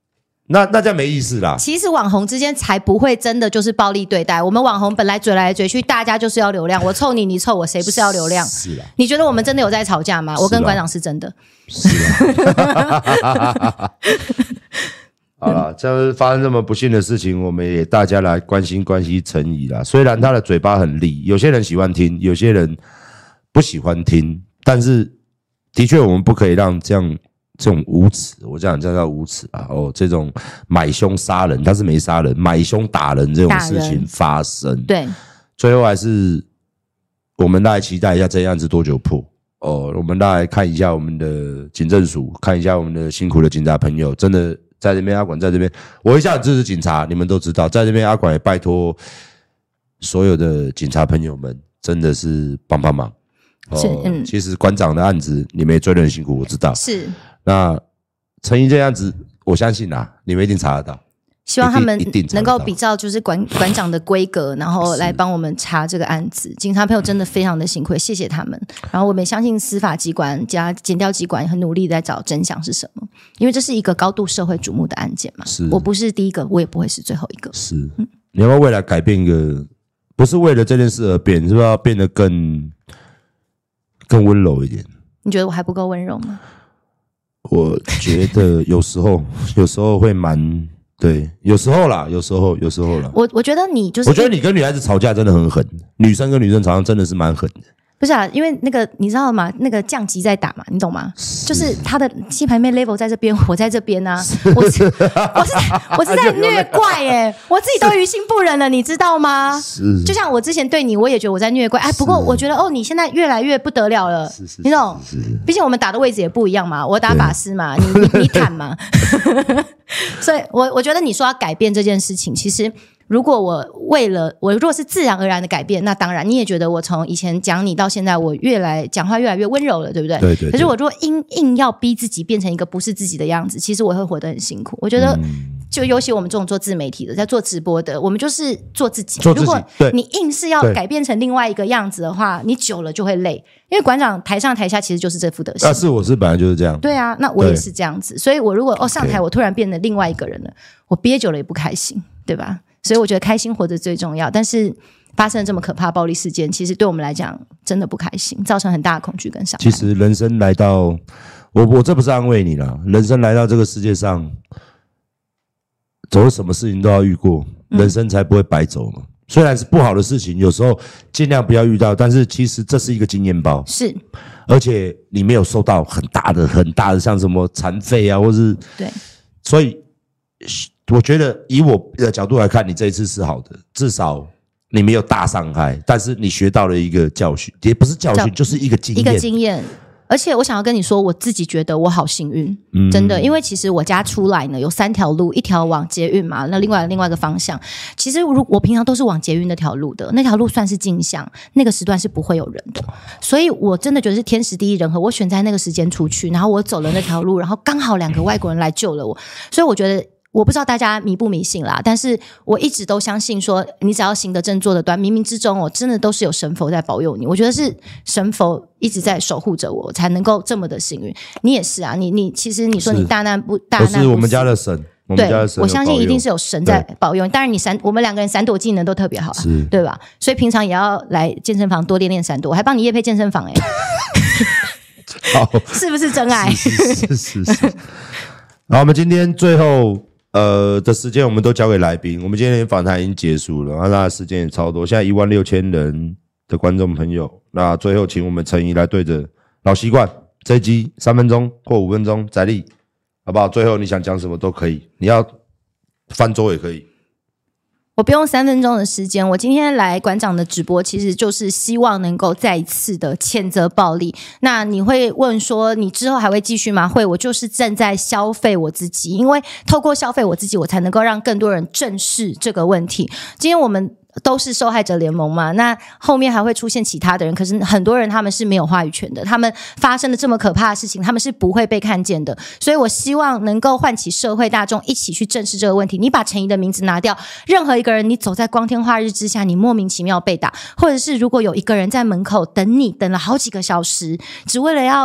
那这样没意思啦。 其实网红之间才不会真的就是暴力对待，我们网红本来追来追去，大家就是要流量，我凑你，你凑我，谁不是要流量？ 是啦。 你觉得我们真的有在吵架吗？我跟馆长是真的。 是啦。好了，这发生这么不幸的事情，我们也大家来关心陈沂啦。虽然他的嘴巴很利，有些人喜欢听，有些人不喜欢听，但是的确我们不可以让这种无耻，我这样叫无耻啊！这种买凶杀人，他是没杀人，买凶打人这种事情发生。 对， 最后还是我们来期待一下这样子多久破我们来看一下我们的警政署，看一下我们的辛苦的警察朋友，真的在这边阿管在这边，我一向很支持警察，你们都知道，在这边阿管也拜托所有的警察朋友们，真的是帮忙。其实馆长的案子你们也追得很辛苦，我知道。是。那陈沂这样子，我相信你们一定查得到。 希望他们能够比照就是馆长的规格，然后来帮我们查这个案子。警察朋友真的非常的辛苦，谢谢他们。然后我们也相信司法机关加检调机关很努力在找真相是什么，因为这是一个高度社会瞩目的案件嘛。是，我不是第一个，我也不会是最后一个。 是，你要不要未来改变一个，不是为了这件事而变，是不是要变得更温柔一点？ 你觉得我还不够温柔吗？ 我觉得有时候会蛮对，有时候啦。我觉得你就是， 我觉得你跟女孩子吵架真的很狠，女生跟女生吵架真的是蛮狠的。 不是啊，因为那个你知道吗？那个降级在打嘛，你懂吗？就是他的鸡排妹 level 在这边，我在这边啊，我是在虐怪耶，我自己都于心不忍了，你知道吗？是，就像我之前对你，我也觉得我在虐怪，不过我觉得你现在越来越不得了了，你懂？毕竟我们打的位置也不一样嘛，我打法师嘛，你坦嘛，所以我觉得你说要改变这件事情，其实。如果我如果是自然而然的改变，那当然你也觉得我从以前讲你到现在，我讲话越来越温柔了，对不对？对。可是我如果硬要逼自己变成一个不是自己的样子，其实我会活得很辛苦。我觉得，就尤其我们这种做自媒体的，在做直播的，我们就是做自己。如果你硬是要改变成另外一个样子的话，你久了就会累。因为馆长台上台下其实就是这副德行。 我本来就是这样。 对啊，那我也是这样子。所以我如果上台我突然变成另外一个人了，我憋久了也不开心，对吧？所以我觉得开心活着最重要，但是发生了这么可怕的暴力事件，其实对我们来讲真的不开心，造成很大的恐惧跟伤害。 其实人生来到我这不是安慰你啦，人生来到这个世界上，走什么事情都要遇过，人生才不会白走嘛。虽然是不好的事情，有时候尽量不要遇到，但是其实这是一个经验包， 是， 而且你没有受到很大的像什么残废啊，或是对， 所以。我觉得以我的角度来看，你这一次是好的，至少你没有大伤害，但是你学到了一个教训，也不是教训，就是一个经验。 而且我想要跟你说，我自己觉得我好幸运，真的，因为其实我家出来呢有3条路，一条往捷运嘛，那另外一个方向，其实我平常都是往捷运那条路的，那条路算是径向，那个时段是不会有人的，所以我真的觉得是天时地利人和，我选在那个时间出去，然后我走了那条路，然后刚好2个外国人来救了我，所以我觉得。我不知道大家迷不迷信啦，但是我一直都相信说，你只要行得正坐得端，冥冥之中真的都是有神佛在保佑你。我觉得是神佛一直在守护着我，才能够这么的幸运。你也是啊，你其实你说你大难不是我们家的神， 对，我相信一定是有神在保佑。当然我们2个人闪躲技能都特别好啊，对吧？所以平常也要来健身房多练练闪躲，我还帮你业配健身房好，是不是真爱？ 是。好，我们今天最后。的时间我们都交给来宾，我们今天访谈已经结束了，那时间也超多，现在16000人的观众朋友，那最后请我们陈沂来对着老习惯，这一集3分钟或5分钟再立，好不好？最后你想讲什么都可以，你要翻桌也可以。 我不用3分钟的时间，我今天来馆长的直播其实就是希望能够再一次的谴责暴力。那你会问说你之后还会继续吗？会，我就是正在消费我自己，因为透过消费我自己，我才能够让更多人正视这个问题。今天我们都是受害者联盟嘛，那后面还会出现其他的人，可是很多人他们是没有话语权的，他们发生了这么可怕的事情，他们是不会被看见的，所以我希望能够唤起社会大众一起去正视这个问题。你把陈沂的名字拿掉，任何一个人你走在光天化日之下，你莫名其妙被打，或者是如果有一个人在门口等你等了好几个小时，只为了要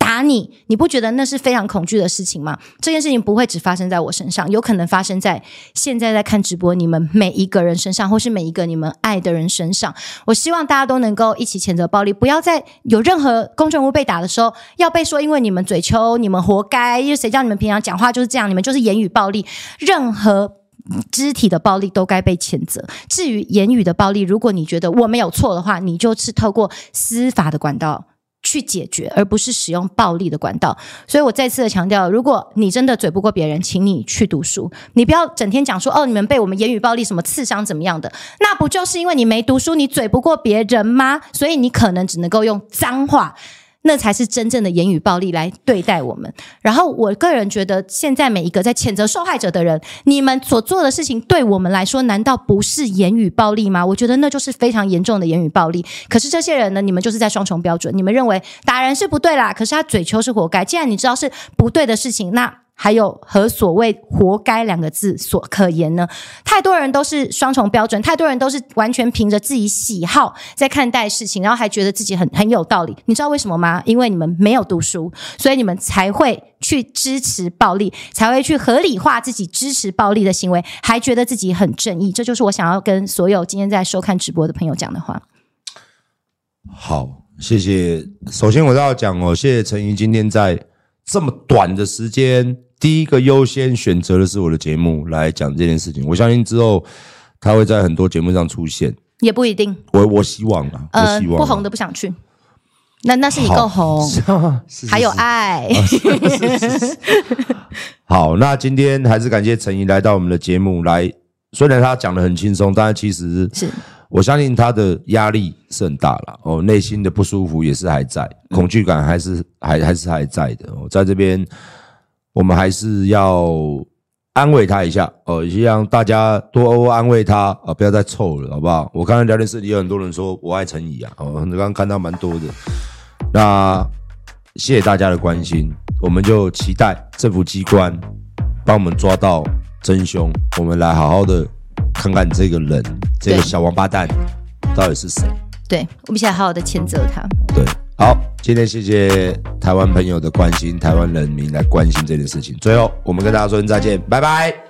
打你，你不觉得那是非常恐惧的事情吗？这件事情不会只发生在我身上，有可能发生在现在在看直播你们每一个人身上，或是每一个你们爱的人身上。我希望大家都能够一起谴责暴力，不要在有任何公众人物被打的时候要被说因为你们嘴丘，你们活该，因为谁叫你们平常讲话就是这样，你们就是言语暴力。任何肢体的暴力都该被谴责。至于言语的暴力，如果你觉得我没有错的话，你就是透过司法的管道去解决，而不是使用暴力的管道。所以我再次的强调，如果你真的嘴不过别人，请你去读书，你不要整天讲说你们被我们言语暴力什么刺伤怎么样的，那不就是因为你没读书，你嘴不过别人吗？所以你可能只能够用脏话，那才是真正的言语暴力来对待我们。然后我个人觉得，现在每一个在谴责受害者的人，你们所做的事情对我们来说难道不是言语暴力吗？我觉得那就是非常严重的言语暴力。可是这些人呢，你们就是在双重标准，你们认为打人是不对啦，可是他嘴丘是活该。既然你知道是不对的事情，那还有和所谓活该两个字所可言呢？太多人都是双重标准，太多人都是完全凭着自己喜好在看待事情，然后还觉得自己很有道理。你知道为什么吗？因为你们没有读书，所以你们才会去支持暴力，才会去合理化自己支持暴力的行为，还觉得自己很正义。这就是我想要跟所有今天在收看直播的朋友讲的话。 好，谢谢。首先我要讲谢谢陈怡今天在这么短的时间，第一个优先选择的是我的节目来讲这件事情。我相信之后他会在很多节目上出现，也不一定。 我希望啊，我希望不红的不想去。那是你够红，是还有爱。 好，那今天还是感谢陈怡来到我们的节目来。虽然他讲得很轻松，但其实是我相信他的压力是很大啦，内心的不舒服也是还在，恐惧感还是还在的。在这边我们还是要安慰他一下希望大家多安慰他不要再臭了，好不好？我刚才聊天室里有很多人说我爱陈怡啊，刚刚看到蛮多的。那谢谢大家的关心，我们就期待政府机关帮我们抓到真凶，我们来好好的看看这个人，这个小王八蛋到底是谁。 对，我们现在好好的谴责他。 对，好，今天谢谢台湾朋友的关心，台湾人民来关心这件事情。最后我们跟大家说声再见，拜拜。